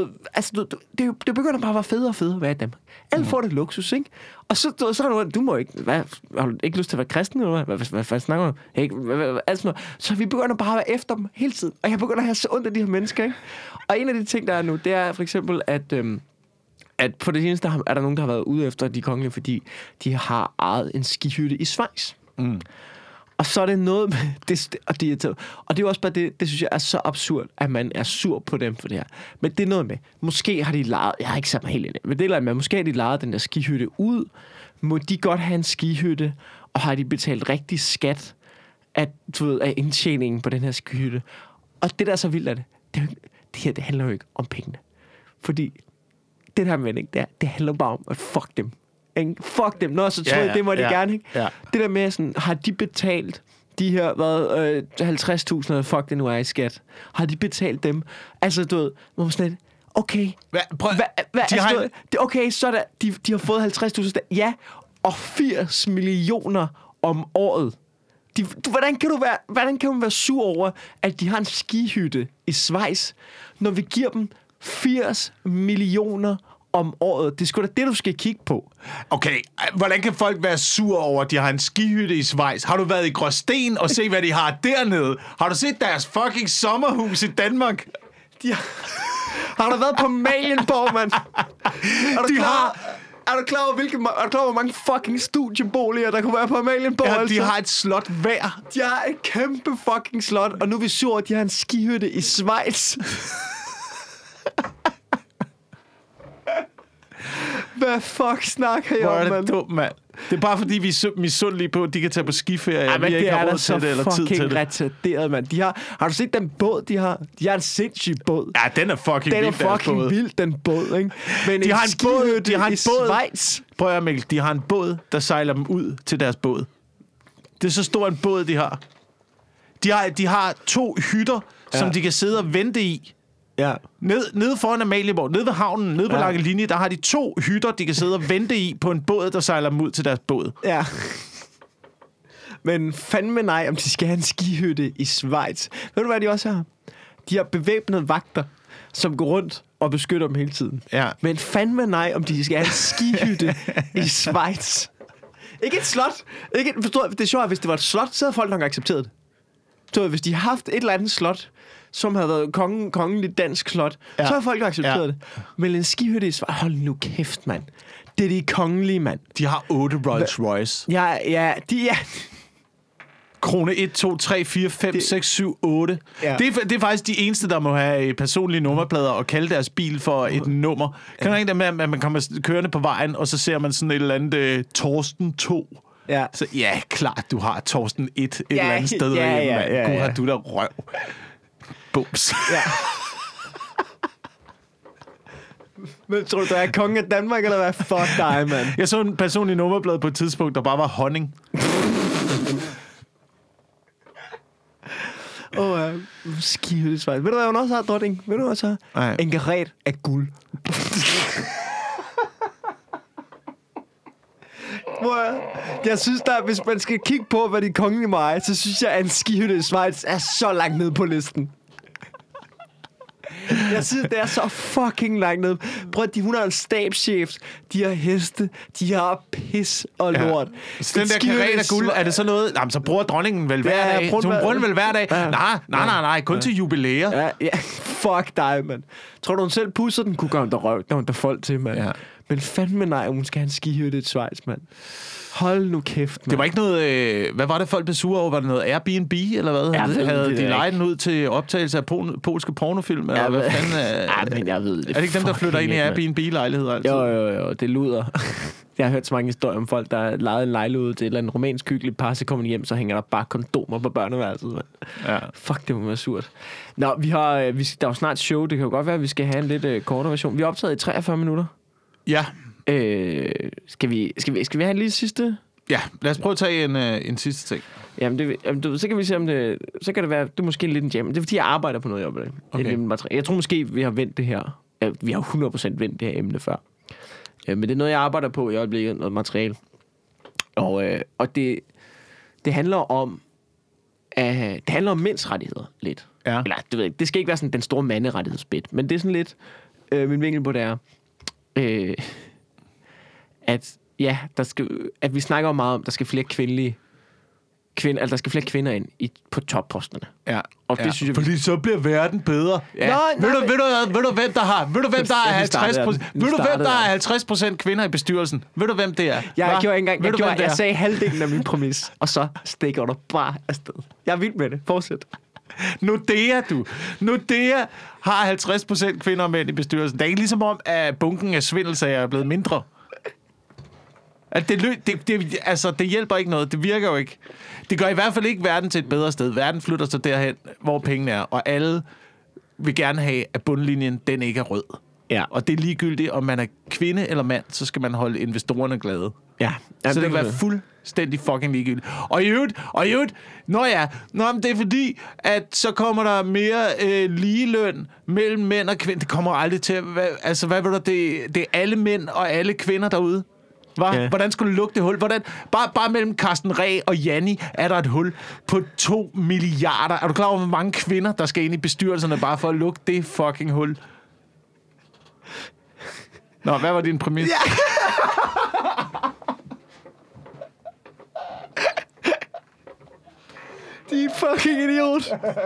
Det begynder bare at være federe og federe at være i Danmark. Alle får det luksus, ikke? Og så er der noget, du må ikke... har du ikke lyst til at være kristen, eller hvad snakker du om? Alt sådan noget. Så vi begynder bare at være efter dem hele tiden. Og jeg begynder at have så ondt af de her mennesker, ikke? Og en af de ting, der er nu, det er for eksempel, at på det seneste er der nogen, der har været ude efter de kongelige, fordi de har ejet en skihytte i Schweiz. Mm. Og så er det noget med det, og det er jo også bare det synes jeg er så absurd, at man er sur på dem for det her. Men det er noget med, måske har de lejet, jeg har ikke sat mig helt ind i, men det er med, måske har de lejet den der skihytte ud, må de godt have en skihytte, og har de betalt rigtig skat af indtjeningen på den her skihytte. Og det der er så vildt af det handler jo ikke om pengene. Fordi den her mening, det handler bare om at fuck dem. Fuck dem. Nå, så tror jeg, det må de gerne, ikke? Ja. Det der med sådan, har de betalt de her 50.000, fuck det nu er i skat, har de betalt dem? Altså, du ved, hvor man sådan lidt, okay. Okay, så der, de har fået 50.000, ja, og 80 millioner om året. Hvordan kan man være sur over, at de har en skihytte i Schweiz, når vi giver dem 80 millioner om året? Det er sgu da det, du skal kigge på. Okay, hvordan kan folk være sur over, at de har en skihytte i Schweiz? Har du været i Gråsten og se, hvad de har dernede? Har du set deres fucking sommerhus i Danmark? Har du været på Malienborg, mand? Er du klar over, hvor mange fucking studieboliger, der kunne være på Amalienborg? Ja, de har et slot hver. De har et kæmpe fucking slot, og nu er vi sur, at de har en skihytte i Schweiz. Hvad fuck snakker jeg om, mand? Hvor er det dumt, mand. Det er bare fordi, vi er misundelige på, at de kan tage på skiferie, og vi ikke har råd til det eller tid til det. Det er så fucking retarderet, mand. Har du set den båd, de har? De har en sindssyg båd. Ja, den er fucking vild, den er fucking vild, den båd, ikke? Men de har en båd, de har en båd. Schweiz. Prøv at Mikkel, de har en båd, der sejler dem ud til deres båd. Det er så stor en båd, de har. De har 2 hytter, som de kan sidde og vente i. Ja. Nede foran Amalienborg, nede ved havnen, nede på Langelinie, der har de 2 hytter, de kan sidde og vente i på en båd, der sejler dem ud til deres båd. Ja. Men fandme nej, om de skal have en skihytte i Schweiz. Ved du, hvad de også har? De har bevæbnede vagter, som går rundt og beskytter dem hele tiden. Ja. Men fandme nej, om de skal have en skihytte i Schweiz. Ikke et slot. Det er sjovt, hvis det var et slot, så havde folk nok accepteret det. Så hvis de har haft et eller andet slot, som havde været kongeligt dansk slot, så har folk accepteret det. Men en skihytte i Schweiz, hold nu kæft, mand. Det er de kongelige, mand. De har 8 Rolls Royce. Ja, de er... Krone 1, 2, 3, 4, 5, 6, 7, 8. Ja. Det er faktisk de eneste, der må have personlige nummerplader og kalde deres bil for et nummer. Kan du ikke det med, at man kommer kørende på vejen, og så ser man sådan et eller andet Torsten 2? Ja. Så ja, klart, du har Torsten 1 et eller andet sted derhjemme, mand. Gud, har du der røv. Bums. Ja. Men tror du er kongen af Danmark, eller hvad? Fuck dig, mand. Jeg så en personlig nummerplade på et tidspunkt, der bare var honning. Skihytte Schweiz. Ved du, hvad hun også har, dronning? Ved du også har? En karet af guld. Jeg synes, hvis man skal kigge på, hvad de kongelige må eje, så synes jeg, at en skihytte i Schweiz er så langt nede på listen. Jeg synes, det er så fucking langt nede. Prøv at hun har en stabschef, de har heste, de har pis og lort. Så den der karet af guld, er det så noget? Jamen, så bruger dronningen vel hver dag. Så hun bruger den vel hver dag? Nej, kun til jubilæer. Ja, fuck dig, mand. Tror du, hun selv pusser den? Kunne gøre hun der røv, når hun der folk til, mand. Ja. Men fandme nej, hun skal have en skihytte i Schweiz, mand. Hold nu kæft, man. Det var ikke noget... hvad var det, folk blev sure over? Var det noget Airbnb, eller hvad? Havde de lejet den ud til optagelse af polske pornofilm? Eller hvad fanden? Men jeg ved det. Er det ikke dem, der flytter ind i Airbnb-lejligheder? Altså? Jo, det luder. Jeg har hørt så mange historier om folk, der lejede en lejlighed til et eller andet romansk hyggeligt par, så kommer de hjem, så hænger der bare kondomer på børneværelset. Man. Ja. Fuck, det må være surt. Nå, der er jo snart show. Det kan jo godt være, at vi skal have en lidt kortere version. Vi er optaget i 43 minutter. Ja. Skal vi have en lille sidste? Ja, lad os prøve at tage en sidste ting. Jamen, så kan vi se om det... Så kan det være... Det er måske en liten jam. Det er fordi, jeg arbejder på noget i øjeblikket. Okay. Jeg tror måske, vi har vendt det her. Vi har 100% vendt det her emne før. Men det er noget, jeg arbejder på i øjeblikket. Noget materiale. Og det handler om... det handler om mænds rettigheder lidt. Ja. Eller, du ved, det skal ikke være sådan den store manderettighedsbit. Men det er sådan lidt... min vinkel på det er... at vi snakker meget om, der skal flere der skal flere kvinder ind på topposterne. Ja. Og det synes jeg, fordi så bliver verden bedre. Ja. Ved du hvem der har 50% kvinder i bestyrelsen? Ved du hvem det er? Jeg sagde halvdelen af min præmis, og så stikker du bare afsted. Jeg er vild med det. Fortsæt. Nordea har 50% kvinder og mænd i bestyrelsen. Det er ikke ligesom om, at bunken af svindelsager er blevet mindre. At det hjælper ikke noget. Det virker jo ikke. Det gør i hvert fald ikke verden til et bedre sted. Verden flytter sig derhen, hvor pengene er. Og alle vil gerne have, at bundlinjen, den ikke er rød. Ja. Og det er ligegyldigt, om man er kvinde eller mand, så skal man holde investorerne glade. Ja. Så det kan være fuldstændig fucking ligegyldigt. Og i øvrigt, men det er fordi, at så kommer der mere ligeløn mellem mænd og kvinder. Det kommer aldrig til at... hvad ved du, det er alle mænd og alle kvinder derude. Ja. Hvordan skulle du lukke det hul? Bare mellem Carsten Reh og Janni er der et hul på 2 milliarder. Er du klar over, hvor mange kvinder, der skal ind i bestyrelserne bare for at lukke det fucking hul? Nå, hvad var din præmis? Ja. De fucking idiot.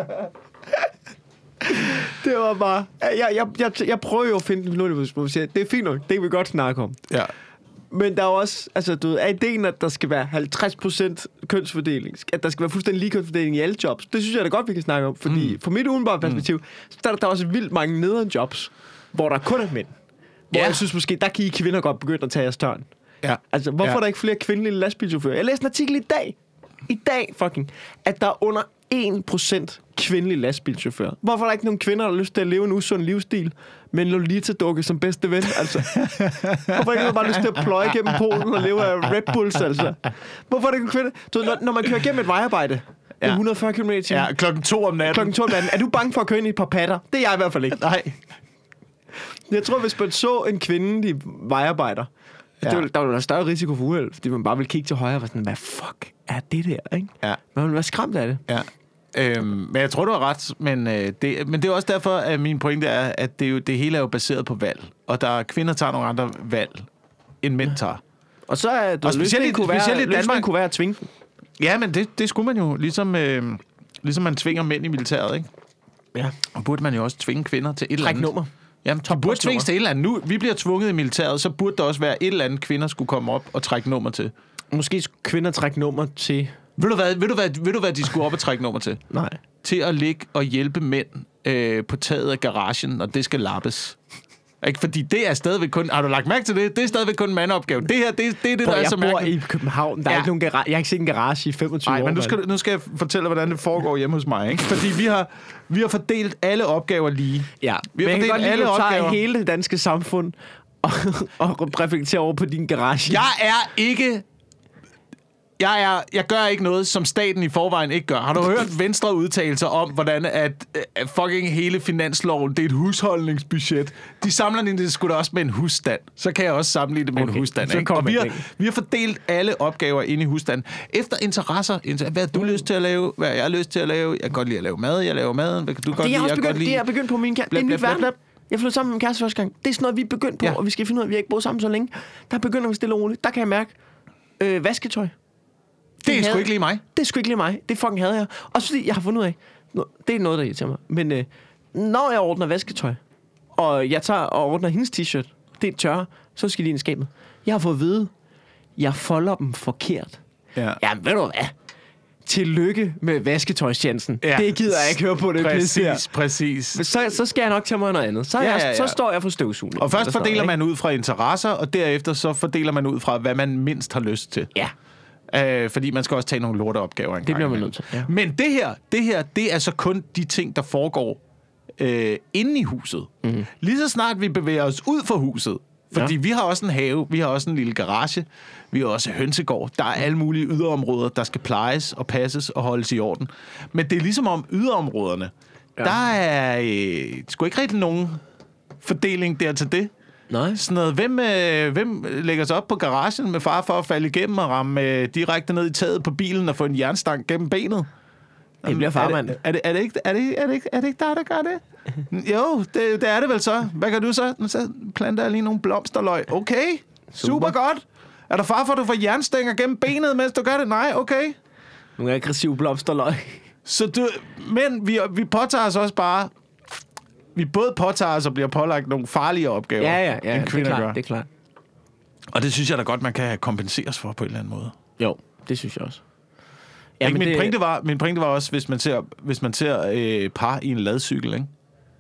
Det var bare... Jeg prøver jo at finde den noget, det er fint nok. Det kan vi godt snakke om. Ja. Men der er også... Altså, du ved, er ideen, at der skal være 50% kønsfordeling? At der skal være fuldstændig lige kønsfordeling i alle jobs? Det synes jeg da godt, vi kan snakke om. Fordi fra mit udenbare perspektiv, så er der også vildt mange nederen jobs, hvor der kun er mænd. Hvor jeg synes måske, der kan I kvinder godt begynde at tage jeres tørn. Ja. Altså, hvorfor er der ikke flere kvindelige lastbilchauffører? Jeg læste en artikel i dag, at der er under 1% kvindelige lastbilchauffører. Hvorfor er der ikke nogen kvinder, der har lyst til at leve en usund livsstil med en Lolita-dukke som bedste ven? Altså, hvorfor ikke bare lyst til at pløje gennem Polen og leve af Red Bulls? Altså? Hvorfor er det ikke en kvinde? Så når man kører gennem et vejarbejde, 140 km i timen. Ja, 2:00 om natten. Er du bange for at køre ind i et par patter? Det er jeg i hvert fald ikke. Nej. Jeg tror, hvis man så en kvindelig vejarbejder, der var en større risiko for uheld, fordi man bare ville kigge til højre og være sådan, hvad fuck er det der, ikke? Ja. Man ville være skræmt af det. Ja. Men jeg tror, du har ret, men det er også derfor, at min pointe er, at det hele er jo baseret på valg, og der kvinder tager nogle andre valg, end mænd tager. Og så er det specielt i Danmark kunne være at tvinge dem. Ja, men det skulle man jo, ligesom man tvinger mænd i militæret, ikke? Ja. Og burde man jo også tvinge kvinder til et eller andet. Nummer. Jamen, de burde tvinges til et eller andet. Nu, vi bliver tvunget i militæret, så burde der også være et eller andet, kvinder skulle komme op og trække nummer til. Måske skulle kvinder trække nummer til... Ved du hvad de skulle op og trække nummer til? Nej. Til at ligge og hjælpe mænd på taget af garagen, og det skal lappes. Ikke? Fordi det er stadigvæk kun... Har du lagt mærke til det? Det er stadigvæk kun en mandopgave. Det her, det er det, der er så mærkeligt. Jeg bor i København. Der er ikke nogen garage. Jeg har ikke set en garage i 25 år. Nej, men nu skal jeg fortælle, hvordan det foregår hjemme hos mig. Ikke? Fordi vi har fordelt alle opgaver lige. Ja, vi har fordelt alle opgaver. Hele det danske samfund og reflekterer over på din garage. Jeg gør ikke noget, som staten i forvejen ikke gør. Har du hørt Venstre udtalelser om, hvordan at fucking hele finansloven, det er et husholdningsbudget? De sammenligner det sgu da også med en husstand. Så kan jeg også sammenligne det med en husstand. Ikke? Og vi har fordelt alle opgaver ind i husstanden. Efter interesser. Hvad har du lyst til at lave? Hvad har jeg lyst til at lave? Jeg kan godt lide at lave mad. Jeg laver maden. Hvad kan du godt lide? Det er jeg begyndt på min kæreste. Det er nyt verden. Jeg flyttede sammen med min kæreste første gang. Det er sådan noget, vi er begyndt på, og vi skal finde ud af, at vi har ikke boet sammen så længe. Der begynder vi stille og roligt. Der kan jeg mærke vasketøj. Det er sgu ikke lige mig. Det er sgu ikke lige mig. Det fucking havde jeg. Også fordi, jeg har fundet ud af, det er noget, der irriterer mig. Men når jeg ordner vasketøj, og jeg tager og ordner hendes t-shirt, det er tørre, så skal de ind i skabet. Jeg har fået at vide, jeg folder dem forkert. Ja. Jamen, ved du hvad? Tillykke med vasketøjstjenesten. Ja. Det gider jeg ikke høre på det. Præcis. Så skal jeg nok tage mig noget andet. Så står jeg for støvsugning. Og først fordeler man ud fra interesser, og derefter så fordeler man ud fra, hvad man mindst har lyst til. Ja. Fordi man skal også tage nogle lorteopgaver. Det bliver man nødt til. Ja. Men det her, det er så kun de ting, der foregår inde i huset. Mm. Lige så snart vi bevæger os ud fra huset, fordi vi har også en have, vi har også en lille garage, vi har også hønsegård, der er alle mulige yderområder, der skal plejes og passes og holdes i orden. Men det er ligesom om yderområderne, der er sgu ikke rigtig nogen fordeling der til det. Nej. Sådan noget. Hvem lægger sig op på garagen med far for at falde igennem og ramme direkte ned i taget på bilen og få en jernstang gennem benet? Det bliver farmand. Er det ikke dig, der gør det? Jo, det er det vel så. Hvad gør du så? Så planter jeg lige nogle blomsterløg. Okay, super godt. Er der far for, at du får jernstænger gennem benet, mens du gør det? Nej, okay. Nogle aggressive blomsterløg. Men vi påtager os også bare... Vi både påtager os og bliver pålagt nogle farlige opgaver, end kvinder gør. Det er klart. Og det synes jeg da godt, man kan kompenseres for på en eller anden måde. Jo, det synes jeg også. Ja, min pointe var også, hvis man ser par i en ladcykel, ikke?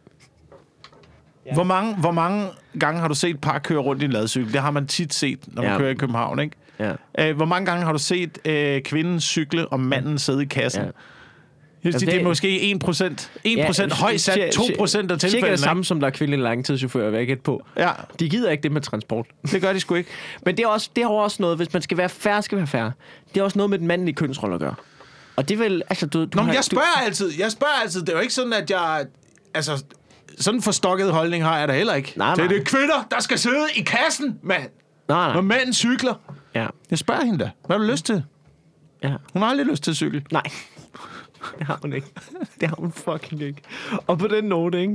Ja. Hvor mange gange har du set par køre rundt i en ladcykel? Det har man tit set, når man kører i København, ikke? Ja. Hvor mange gange har du set kvinden cykle og manden sidde i kassen? Altså, det er måske 1%. 1% højt sat, 2% af tilfældene. Cirka det samme, som der er kvindelige langtidschauffører, vil jeg gætte på. Ja. De gider ikke det med transport. Det gør de sgu ikke. Men det er også noget, hvis man skal være fair, det er også noget med den mandlige kønsrolle at gøre. Og det er vel, altså, jeg spørger altid. Det er jo ikke sådan, at jeg... Altså, sådan en forstokket holdning har jeg da heller ikke. Nej. Det er kvinder, der skal sidde i kassen, mand. Nej. Når manden cykler. Ja. Jeg spørger hende da. Hvad har du lyst til? Ja. Hun har aldrig lyst til at cykle. Nej. Det har hun ikke. Det har hun fucking ikke. Og på den note, ikke?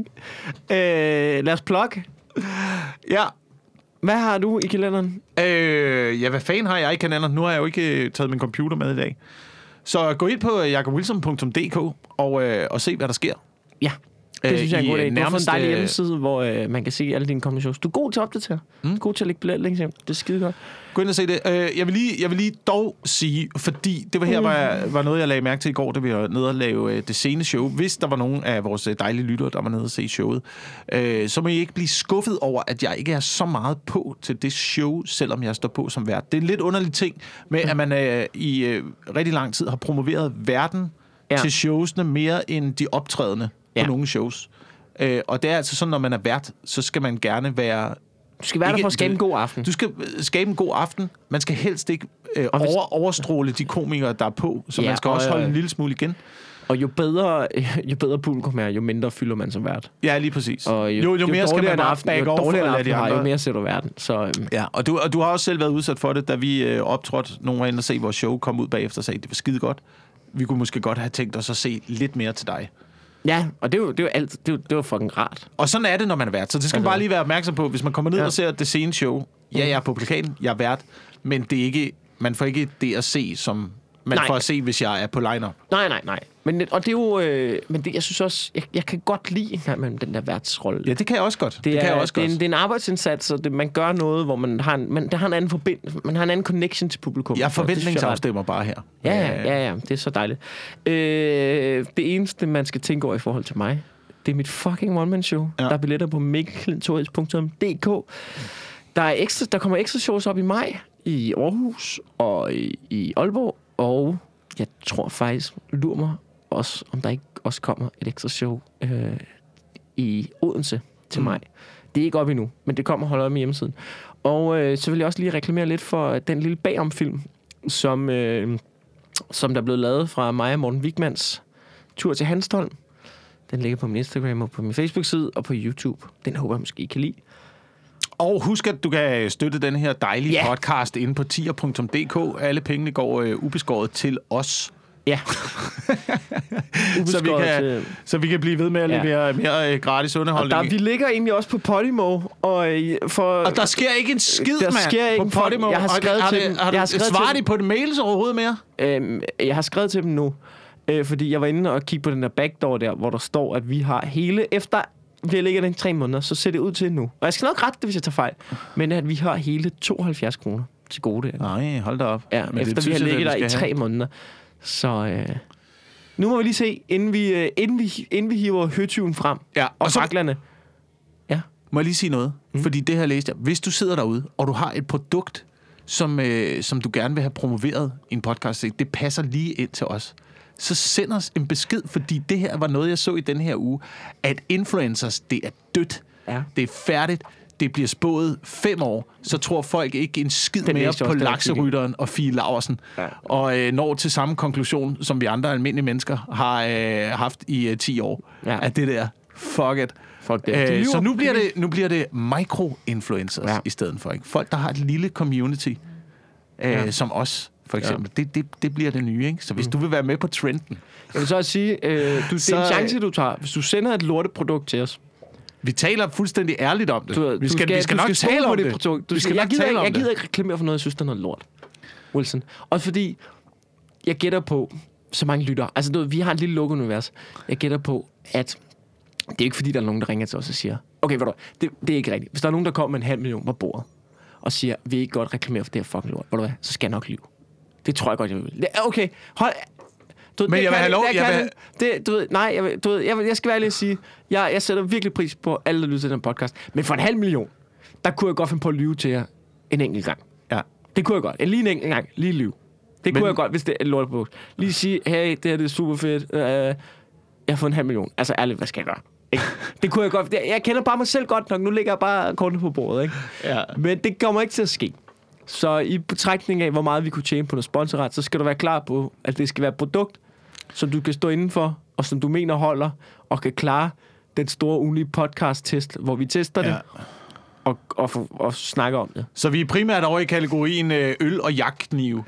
Lad os plukke. Ja. Hvad har du i kalenderen? Hvad fanden har jeg i kalenderen? Nu har jeg jo ikke taget min computer med i dag. Så gå ind på jakobwilson.dk og se, hvad der sker. Ja. Det synes jeg er en god idé. Du har fået en dejlig hjemmeside, hvor man kan se alle dine kommende shows. Du er god til at opdatere. Du er god til at lægge billetter længe. Det er skide godt. Gå ind og se det. Jeg vil lige dog sige, fordi det var her, var noget, jeg lagde mærke til i går, da vi var nede og lave det sene show. Hvis der var nogen af vores dejlige lyttere, der var nede og se showet, så må I ikke blive skuffet over, at jeg ikke er så meget på til det show, selvom jeg står på som vært. Det er en lidt underlig ting med, at man i rigtig lang tid har promoveret verden til showsene mere end de optrædende på nogle shows. Og det er altså sådan, når man er vært, så skal man gerne være... Du skal være der for at skabe en god aften. Du skal skabe en god aften. Man skal helst ikke overstråle de komikere, der er på, så man skal også holde en lille smule igen. Og jo bedre publikum er, jo mindre fylder man som vært. Ja, lige præcis. Og jo mere skal man bare back off, jo mere ser du verden. Så, ja, og du har også selv været udsat for det, da vi optrådte nogen var inde og se vores show, kom ud bagefter og sagde, det var skide godt. Vi kunne måske godt have tænkt os at se lidt mere til dig. Ja, og det er jo fucking rart. Og sådan er det, når man er vært. Så det skal man bare lige være opmærksom på. Hvis man kommer ned og ser det sene show, jeg er på plakaten, jeg er vært, men det er ikke, man får ikke det at se, som man får at se, hvis jeg er på line-up. Nej. Men det er jo... jeg synes også... Jeg kan godt lide den der værtsrolle. Ja, det kan jeg også godt. Det er en arbejdsindsats, og man gør noget, hvor man har en anden man har en anden connection til publikum. Jeg forventningsafstemmer bare her. Ja. Det er så dejligt. Det eneste, man skal tænke over i forhold til mig, det er mit fucking one-man-show. Ja. Der er billetter på mikkelklintorius.dk. Der kommer ekstra shows op i maj i Aarhus og i Aalborg, og jeg tror faktisk, lur mig også, om der ikke også kommer et ekstra show i Odense til mig. Det er ikke op endnu, men det kommer holdt op med hjemmesiden. Og så vil jeg også lige reklamere lidt for den lille bagomfilm, som der er blevet lavet fra mig og Morten Wigmans tur til Hanstholm. Den ligger på min Instagram og på min Facebook-side og på YouTube. Den håber jeg måske I kan lide. Og husk, at du kan støtte den her dejlige podcast inde på tier.dk. Alle pengene går ubeskåret til os. Ja. så vi kan blive ved med at levere mere gratis underholdning. Vi ligger egentlig også på Podimo. Og der sker ikke en skid, mand, på Podimo. Jeg har skrevet til dem. Svarer de på det mails overhovedet mere? Jeg har skrevet til dem nu. Fordi jeg var inde og kigge på den der backdoor der, hvor der står, at vi har hele... Efter vi har ligget den 3 måneder, så ser det ud til nu. Og jeg skal nok rette det, hvis jeg tager fejl. Men at vi har hele 72 kroner til gode. Nej, hold da op. Ja, men efter vi har ligget der i 3 måneder. Så nu må vi lige se, inden vi hiver høtyven frem. Ja, og faklerne. Ja. Må jeg lige sige noget? Fordi det her læste jeg. Hvis du sidder derude, og du har et produkt, som du gerne vil have promoveret i en podcast, det passer lige ind til os. Så send os en besked, fordi det her var noget, jeg så i den her uge, at influencers, det er dødt. Ja. Det er færdigt. Det bliver spået 5 år, så tror folk ikke en skid mere på lakserytteren og Fie Laursen. Ja. Og når til samme konklusion, som vi andre almindelige mennesker har haft i 10 år. Ja. At det der, fuck it. Så nu bliver det micro-influencers i stedet for. Ikke? Folk, der har et lille community, som os. For eksempel. Ja. Det bliver det nye, ikke? Så hvis du vil være med på trenden... Jeg vil så også sige, det er en chance, du tager. Hvis du sender et lorteprodukt til os... Vi taler fuldstændig ærligt om det. Vi skal nok tale om det. Jeg gider ikke reklamere for noget, jeg synes, der er noget lort. Wilson. Også fordi, jeg gætter på, så mange lytter. Altså, vi har et lille logo-univers. Jeg gætter på, at det er ikke fordi, der er nogen, der ringer til os og siger, okay, det er ikke rigtigt. Hvis der er nogen, der kommer med 500.000 på bordet, og siger, vi ikke godt reklamere for det her fucking lort, så skal jeg nok lyve. Det tror jeg godt, jeg vil. Okay, hold... Men jeg vil have lov... Jeg skal være ærlig at sige, jeg sætter virkelig pris på alle, der lytter til den podcast. Men for 500.000, der kunne jeg godt finde på at lyve til jer en enkelt gang. Ja. Det kunne jeg godt. Lige en enkelt gang. Lige lyve. Det kunne jeg godt, hvis det er et lorteprodukt. Lige sige, hey, det her det er super fedt. Jeg har fået 500.000. Altså ærligt, hvad skal jeg gøre? Ikke? Det kunne jeg godt. Jeg kender bare mig selv godt nok. Nu ligger jeg bare kortet på bordet, ikke? Ja. Men det kommer ikke til at ske. Så i betragtning af, hvor meget vi kunne tjene på noget sponsorat, så skal du være klar på, at det skal være et produkt, som du kan stå indenfor, og som du mener holder, og kan klare den store ugenlige podcast-test, hvor vi tester det, og snakker om det. Så vi er primært over i kategorien øl og jagtknive.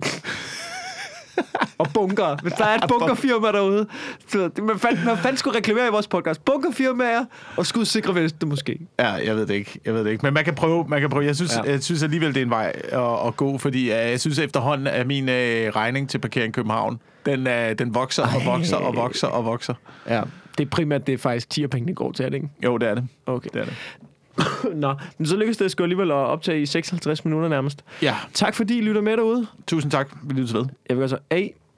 Og bunker. Hvis der er et bunkerfirma derude, så man fanden skulle reklamere i vores podcast. Bunkerfirmaer og skudsikre veste måske. Ja, jeg ved det ikke. Men man kan prøve. Jeg synes alligevel, det er en vej at gå, fordi jeg synes efterhånden, at min regning til parkering København, den vokser og vokser. Ja, det er primært, det er faktisk tierpengene går til, er det ikke? Jo, det er det. Okay. Det er det. Nå, men så lykkes det sgu alligevel at optage i 56 minutter nærmest. Ja. Tak fordi I lytter med derude. Tusind tak. Vi lyttes ved. Jeg vil gøre så,